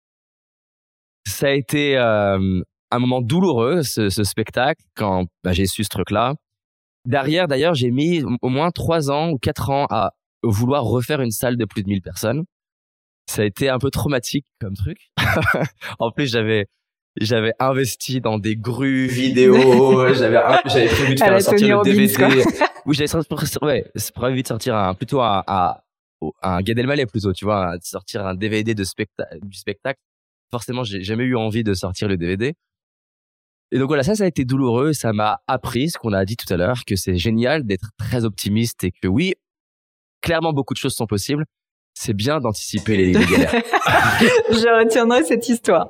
Ça a été un moment douloureux, ce spectacle, quand j'ai su ce truc-là. Derrière, d'ailleurs, j'ai mis au moins 3 ans ou 4 ans à vouloir refaire une salle de plus de 1000 personnes. Ça a été un peu traumatique comme truc. En plus, j'avais investi dans des grues vidéo, j'avais prévu de faire sortir le DVD. Oui, c'est prévu de sortir plutôt un Gad Elmaleh plutôt, tu vois, sortir un DVD du spectacle. Forcément, j'ai jamais eu envie de sortir le DVD. Et donc voilà, ça a été douloureux. Ça m'a appris ce qu'on a dit tout à l'heure, que c'est génial d'être très optimiste et que oui, clairement, beaucoup de choses sont possibles. C'est bien d'anticiper les galères. Je retiendrai cette histoire.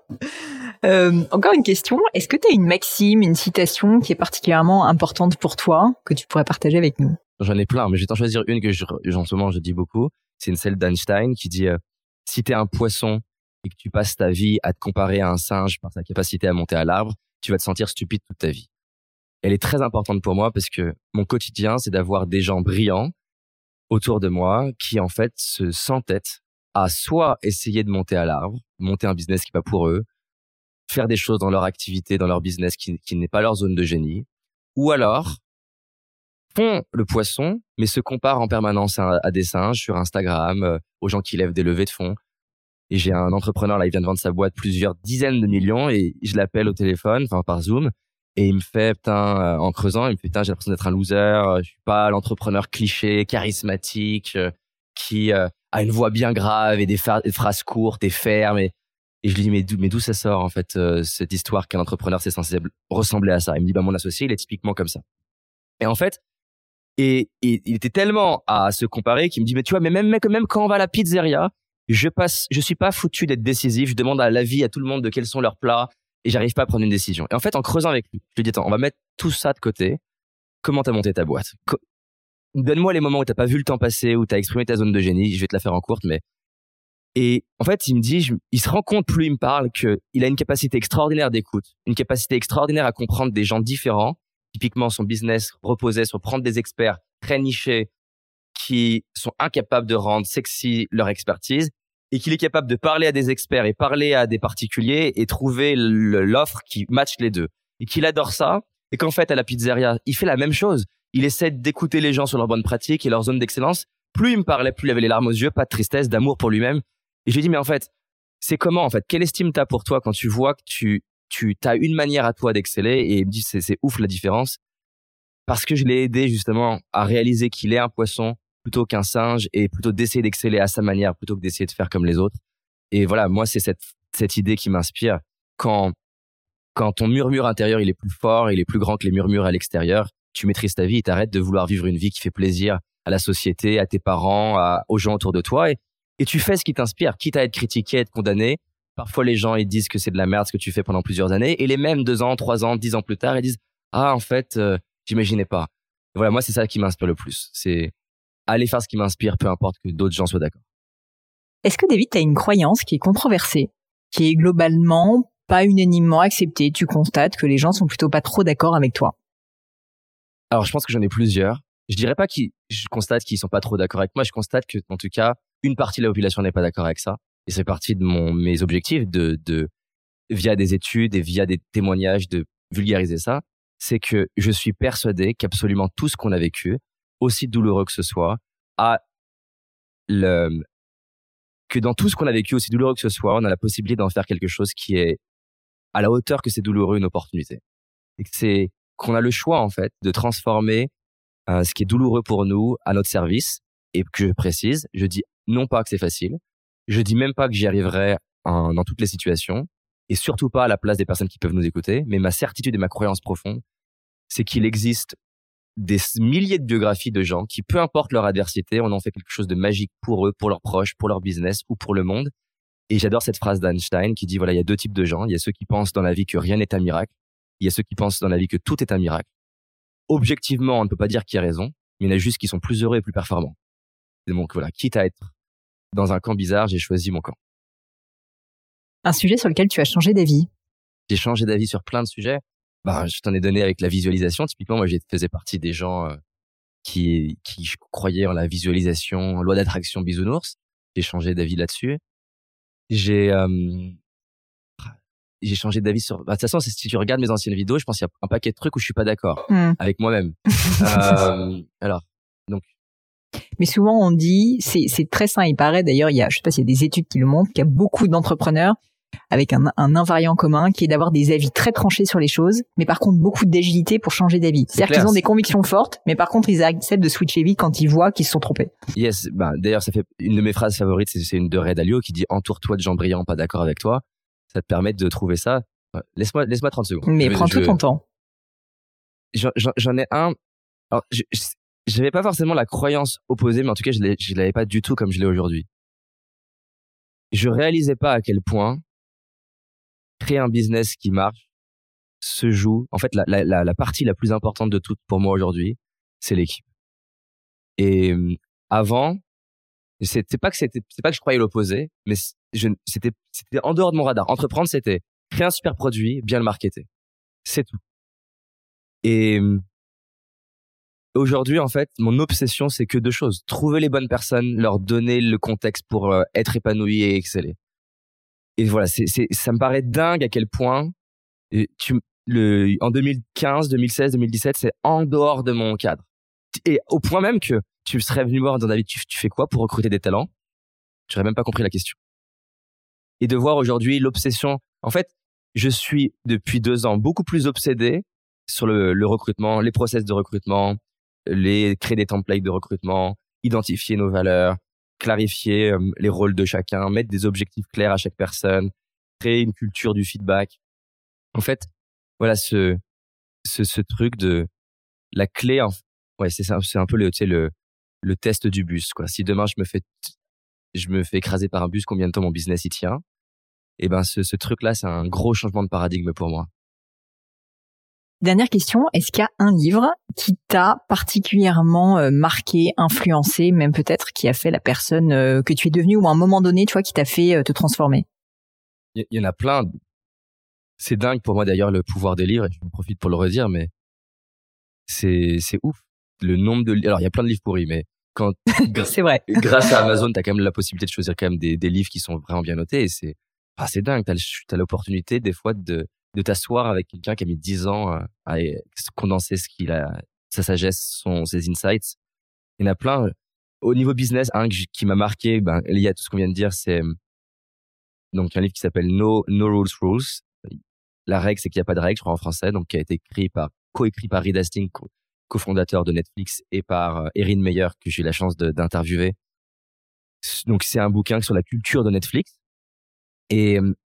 Encore une question. Est-ce que tu as une maxime, une citation qui est particulièrement importante pour toi, que tu pourrais partager avec nous? J'en ai plein, mais je vais t'en choisir une que en ce moment je dis beaucoup. C'est celle d'Einstein qui dit si t'es un poisson et que tu passes ta vie à te comparer à un singe par ta capacité à monter à l'arbre, tu vas te sentir stupide toute ta vie. Elle est très importante pour moi parce que mon quotidien, c'est d'avoir des gens brillants autour de moi qui, en fait, s'entêtent à soit essayer de monter à l'arbre, monter un business qui n'est pas pour eux, faire des choses dans leur activité, dans leur business qui n'est pas leur zone de génie, ou alors font le poisson, mais se comparent en permanence à des singes sur Instagram, aux gens qui lèvent des levées de fonds. Et j'ai un entrepreneur, là, il vient de vendre sa boîte plusieurs dizaines de millions et je l'appelle au téléphone, par Zoom, et il me fait, en creusant, il me fait, j'ai l'impression d'être un loser, je suis pas l'entrepreneur cliché, charismatique, qui a une voix bien grave et des phrases courtes et fermes. Et je lui dis, mais d'où ça sort, en fait, cette histoire qu'un entrepreneur, c'est censé ressembler à ça? Il me dit, mon associé, il est typiquement comme ça. Et en fait, et il était tellement à se comparer qu'il me dit, mais tu vois, mais même quand on va à la pizzeria, je suis pas foutu d'être décisif, je demande à l'avis à tout le monde de quels sont leurs plats et j'arrive pas à prendre une décision. Et en fait, en creusant avec lui, je lui dis, attends, on va mettre tout ça de côté. Comment t'as monté ta boîte? Donne-moi les moments où t'as pas vu le temps passer, où t'as exprimé ta zone de génie. Je vais te la faire en courte, mais... Et en fait, il me dit, il se rend compte, plus il me parle, qu'il a une capacité extraordinaire d'écoute, une capacité extraordinaire à comprendre des gens différents. Typiquement, son business reposait sur prendre des experts très nichés qui sont incapables de rendre sexy leur expertise et qu'il est capable de parler à des experts et parler à des particuliers et trouver l'offre qui matche les deux. Et qu'il adore ça et qu'en fait, à la pizzeria, il fait la même chose. Il essaie d'écouter les gens sur leurs bonnes pratiques et leur zone d'excellence. Plus il me parlait, plus il avait les larmes aux yeux, pas de tristesse, d'amour pour lui-même. Et je lui ai dit, mais en fait, c'est comment, en fait? Quelle estime t'as pour toi quand tu vois que tu as une manière à toi d'exceller? Et il me dit, c'est ouf la différence. Parce que je l'ai aidé justement à réaliser qu'il est un poisson plutôt qu'un singe et plutôt d'essayer d'exceller à sa manière plutôt que d'essayer de faire comme les autres. Et voilà, moi, c'est cette idée qui m'inspire quand quand ton murmure intérieur il est plus fort, il est plus grand que les murmures à l'extérieur, tu maîtrises ta vie et t'arrêtes de vouloir vivre une vie qui fait plaisir à la société, à tes parents, aux gens autour de toi et tu fais ce qui t'inspire, quitte à être critiqué, à être condamné. Parfois les gens ils disent que c'est de la merde ce que tu fais pendant plusieurs années et les mêmes 2 ans, 3 ans, 10 ans plus tard ils disent ah en fait j'imaginais pas. Voilà, moi c'est ça qui m'inspire le plus, c'est aller faire ce qui m'inspire, peu importe que d'autres gens soient d'accord. Est-ce que David, tu as une croyance qui est controversée, qui est globalement pas unanimement acceptée? Tu constates que les gens sont plutôt pas trop d'accord avec toi? Alors je pense que j'en ai plusieurs. Je dirais pas je constate qu'ils sont pas trop d'accord avec moi, je constate que en tout cas une partie de la population n'est pas d'accord avec ça et c'est partie de mes objectifs de via des études et via des témoignages de vulgariser ça, c'est que je suis persuadé qu'absolument tout ce qu'on a vécu, aussi douloureux que ce soit, que dans tout ce qu'on a vécu, aussi douloureux que ce soit, on a la possibilité d'en faire quelque chose qui est à la hauteur que c'est douloureux, une opportunité. Et que c'est qu'on a le choix, en fait, de transformer ce qui est douloureux pour nous à notre service. Et que je précise, je dis non pas que c'est facile, je dis même pas que j'y arriverai dans toutes les situations, et surtout pas à la place des personnes qui peuvent nous écouter, mais ma certitude et ma croyance profonde, c'est qu'il existe des milliers de biographies de gens qui, peu importe leur adversité, on en fait quelque chose de magique pour eux, pour leurs proches, pour leur business ou pour le monde. Et j'adore cette phrase d'Einstein qui dit, voilà, il y a 2 types de gens. Il y a ceux qui pensent dans la vie que rien n'est un miracle. Il y a ceux qui pensent dans la vie que tout est un miracle. Objectivement, on ne peut pas dire qui a raison. Il y en a juste qui sont plus heureux et plus performants. Et donc voilà, quitte à être dans un camp bizarre, j'ai choisi mon camp. Un sujet sur lequel tu as changé d'avis? J'ai changé d'avis sur plein de sujets. Je t'en ai donné avec la visualisation. Typiquement, moi, je faisais partie des gens qui croyaient en la visualisation, loi d'attraction bisounours. J'ai changé d'avis là-dessus. J'ai changé d'avis sur... de toute façon, si tu regardes mes anciennes vidéos, je pense qu'il y a un paquet de trucs où je suis pas d'accord avec moi-même. Donc... Mais souvent, on dit, c'est très sain, il paraît. D'ailleurs, je sais pas s'il y a des études qui le montrent, qu'il y a beaucoup d'entrepreneurs avec un invariant commun qui est d'avoir des avis très tranchés sur les choses, mais par contre beaucoup d'agilité pour changer d'avis. C'est-à-dire qu'ils ont des convictions fortes, mais par contre ils acceptent de switcher vite quand ils voient qu'ils se sont trompés. Yes, d'ailleurs ça fait une de mes phrases favorites, c'est une de Ray Dalio qui dit entoure-toi de gens brillants pas d'accord avec toi. Ça te permet de trouver ça. Laisse-moi 30 secondes. Mais prends tout ton temps. J'en ai un. Alors j'avais pas forcément la croyance opposée, mais en tout cas je l'avais pas du tout comme je l'ai aujourd'hui. Je réalisais pas à quel point créer un business qui marche se joue. En fait, la partie la plus importante de toute pour moi aujourd'hui, c'est l'équipe. Et avant, c'est pas que je croyais l'opposé, mais c'était en dehors de mon radar. Entreprendre, c'était créer un super produit, bien le marketer. C'est tout. Et aujourd'hui, en fait, mon obsession, c'est que 2 choses. Trouver les bonnes personnes, leur donner le contexte pour être épanoui et exceller. Et voilà, ça me paraît dingue à quel point en 2015, 2016, 2017, c'est en dehors de mon cadre. Et au point même que tu serais venu voir dans David, tu fais quoi pour recruter des talents? Tu n'aurais même pas compris la question. Et de voir aujourd'hui l'obsession. En fait, je suis depuis 2 ans beaucoup plus obsédé sur le recrutement, les process de recrutement, créer des templates de recrutement, identifier nos valeurs, clarifier les rôles de chacun, mettre des objectifs clairs à chaque personne, créer une culture du feedback. En fait, voilà ce truc de la clé. C'est ça, c'est un peu le test du bus, quoi. Si demain je me fais écraser par un bus, combien de temps mon business y tient? Et ce truc-là, c'est un gros changement de paradigme pour moi. Dernière question, est-ce qu'il y a un livre qui t'a particulièrement marqué, influencé, même peut-être qui a fait la personne que tu es devenue ou à un moment donné, tu vois, qui t'a fait te transformer? Il y en a plein. C'est dingue pour moi d'ailleurs le pouvoir des livres, et je profite pour le redire, mais c'est ouf. Le nombre de... Alors il y a plein de livres pourris, mais quand... C'est vrai. Grâce à Amazon, t'as quand même la possibilité de choisir quand même des livres qui sont vraiment bien notés, et c'est dingue. T'as l'opportunité des fois de t'asseoir avec quelqu'un qui a mis 10 ans à condenser sa sagesse, ses insights. Il y en a plein. Au niveau business, un qui m'a marqué, lié à tout ce qu'on vient de dire, c'est donc un livre qui s'appelle No Rules. La règle, c'est qu'il n'y a pas de règle, je crois en français, donc qui a été coécrit par Reed Hastings, cofondateur de Netflix, et par Erin Meyer, que j'ai eu la chance d'interviewer. Donc c'est un bouquin sur la culture de Netflix. Et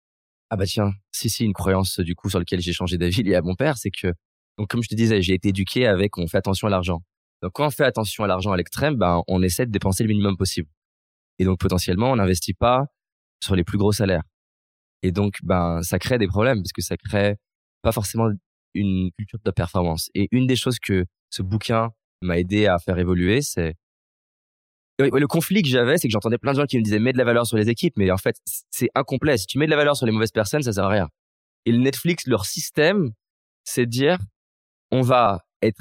Ah bah tiens, si, une croyance du coup sur laquelle j'ai changé d'avis liée à mon père, c'est que, donc comme je te disais, j'ai été éduqué avec on fait attention à l'argent. Donc quand on fait attention à l'argent à l'extrême, ben on essaie de dépenser le minimum possible. Et donc potentiellement, on n'investit pas sur les plus gros salaires. Et donc ben ça crée des problèmes parce que ça crée pas forcément une culture de performance. Et une des choses que ce bouquin m'a aidé à faire évoluer, c'est le conflit que j'avais, c'est que j'entendais plein de gens qui me disaient mets de la valeur sur les équipes, mais en fait c'est incomplet. Si tu mets de la valeur sur les mauvaises personnes, ça sert à rien. Et le Netflix, leur système, c'est de dire on va être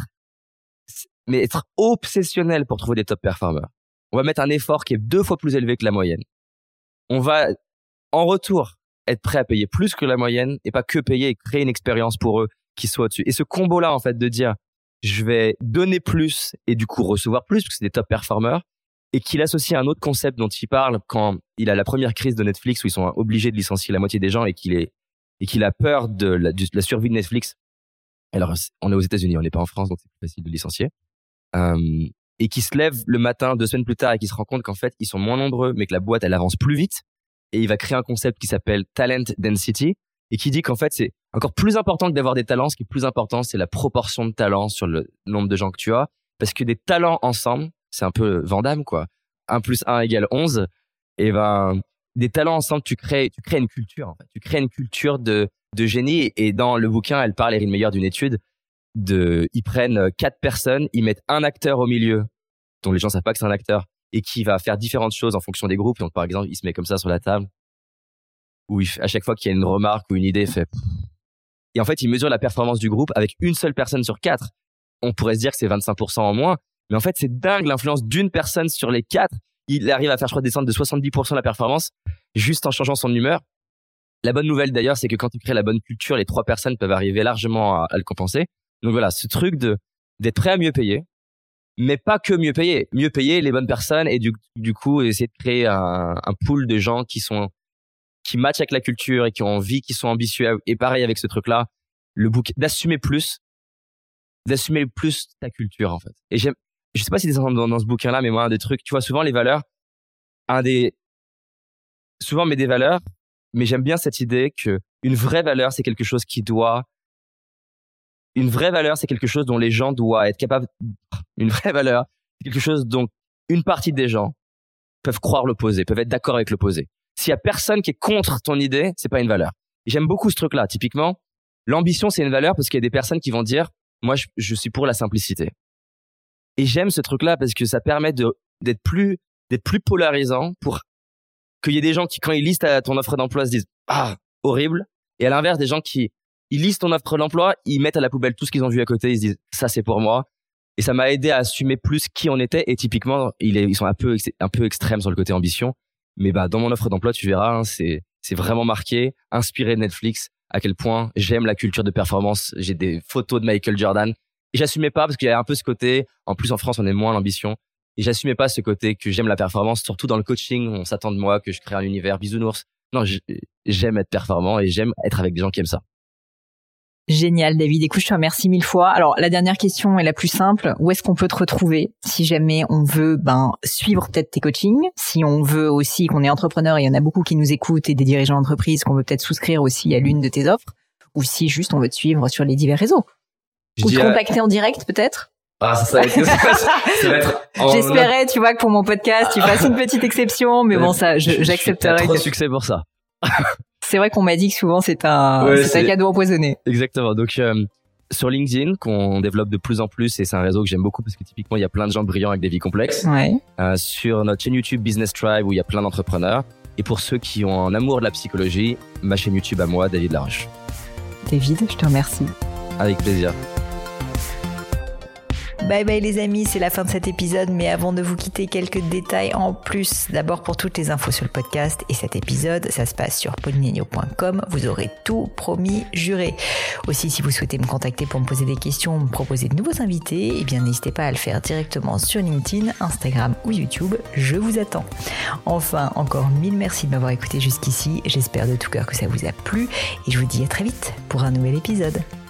obsessionnel pour trouver des top performers. On va mettre un effort qui est 2 fois plus élevé que la moyenne. On va en retour être prêt à payer plus que la moyenne et pas que payer et créer une expérience pour eux qui soit au-dessus. Et ce combo-là, en fait, de dire je vais donner plus et du coup recevoir plus parce que c'est des top performers, et qu'il associe à un autre concept dont il parle quand il a la première crise de Netflix où ils sont obligés de licencier la moitié des gens et qu'il a peur de la survie de Netflix. Alors, on est aux États-Unis, on n'est pas en France, donc c'est plus facile de licencier. Et qui se lève le matin 2 semaines plus tard et qui se rend compte qu'en fait, ils sont moins nombreux, mais que la boîte, elle avance plus vite. Et il va créer un concept qui s'appelle Talent Density et qui dit qu'en fait, c'est encore plus important que d'avoir des talents. Ce qui est plus important, c'est la proportion de talents sur le nombre de gens que tu as. Parce que des talents ensemble, c'est un peu Van Damme, quoi. 1 + 1 = 11. Et ben, des talents ensemble, tu crées une culture, en fait. Tu crées une culture de génie. Et dans le bouquin, elle parle, Erin Meyer, d'une étude ils prennent 4 personnes, ils mettent un acteur au milieu, dont les gens savent pas que c'est un acteur, et qui va faire différentes choses en fonction des groupes. Donc, par exemple, il se met comme ça sur la table, où à chaque fois qu'il y a une remarque ou une idée, il fait... Et en fait, il mesure la performance du groupe avec une seule personne sur 4. On pourrait se dire que c'est 25% en moins, mais en fait, c'est dingue l'influence d'une personne sur les 4. Il arrive à faire, je crois, descendre de 70% la performance, juste en changeant son humeur. La bonne nouvelle, d'ailleurs, c'est que quand tu crées la bonne culture, les 3 personnes peuvent arriver largement à le compenser. Donc voilà, ce truc d'être prêt à mieux payer, mais pas que mieux payer les bonnes personnes et du coup essayer de créer un pool de gens qui matchent avec la culture et qui ont envie, qui sont ambitieux. Et pareil avec ce truc-là, d'assumer plus ta culture, en fait. Et je sais pas si c'est dans ce bouquin-là, mais moi, un des trucs, tu vois, souvent les valeurs, souvent met des valeurs, mais j'aime bien cette idée que une vraie valeur, c'est quelque chose une vraie valeur, c'est quelque chose dont les gens doivent être capables. Une vraie valeur, c'est quelque chose dont une partie des gens peuvent croire l'opposé, peuvent être d'accord avec l'opposé. S'il y a personne qui est contre ton idée, c'est pas une valeur. Et j'aime beaucoup ce truc-là. Typiquement, l'ambition, c'est une valeur parce qu'il y a des personnes qui vont dire, moi, je suis pour la simplicité. Et j'aime ce truc-là parce que ça permet d'être plus polarisant pour qu'il y ait des gens qui, quand ils lisent ton offre d'emploi, se disent, ah, horrible. Et à l'inverse, des gens qui, ils lisent ton offre d'emploi, ils mettent à la poubelle tout ce qu'ils ont vu à côté, ils se disent ça c'est pour moi. Et ça m'a aidé à assumer plus qui on était. Et typiquement, ils sont un peu extrêmes sur le côté ambition. Mais dans mon offre d'emploi, tu verras, hein, c'est vraiment marqué, inspiré de Netflix, à quel point j'aime la culture de performance. J'ai des photos de Michael Jordan. Et j'assumais pas parce qu'il y a un peu ce côté, en plus en France on aime moins l'ambition. Et j'assumais pas ce côté que j'aime la performance, surtout dans le coaching, on s'attend de moi que je crée un univers bisounours. Non, j'aime être performant et j'aime être avec des gens qui aiment ça. Génial, David. Écoute, je te remercie 1000 fois. Alors, la dernière question est la plus simple. Où est-ce qu'on peut te retrouver si jamais on veut suivre peut-être tes coachings, si on veut aussi qu'on est entrepreneur, et il y en a beaucoup qui nous écoutent, et des dirigeants d'entreprise qu'on veut peut-être souscrire aussi à l'une de tes offres, ou si juste on veut te suivre sur les divers réseaux. Ou te contacter en direct peut-être. Ah, ça va être... J'espérais, tu vois, que pour mon podcast, tu fasses une petite exception, mais bon, ça, j'accepterai. Trop de succès pour ça. C'est vrai qu'on m'a dit que souvent c'est un cadeau empoisonné. Exactement. Donc sur LinkedIn qu'on développe de plus en plus et c'est un réseau que j'aime beaucoup parce que typiquement il y a plein de gens brillants avec des vies complexes. Ouais. Sur notre chaîne YouTube Business Tribe où il y a plein d'entrepreneurs et pour ceux qui ont un amour de la psychologie, ma chaîne YouTube à moi, David Laroche. David, je te remercie. Avec plaisir. Bye bye les amis, c'est la fin de cet épisode, mais avant de vous quitter, quelques détails en plus. D'abord pour toutes les infos sur le podcast et cet épisode, ça se passe sur paulinegno.com, vous aurez tout promis, juré. Aussi, si vous souhaitez me contacter pour me poser des questions, me proposer de nouveaux invités, eh bien n'hésitez pas à le faire directement sur LinkedIn, Instagram ou YouTube, je vous attends. Enfin, encore 1000 merci de m'avoir écouté jusqu'ici, j'espère de tout cœur que ça vous a plu et je vous dis à très vite pour un nouvel épisode.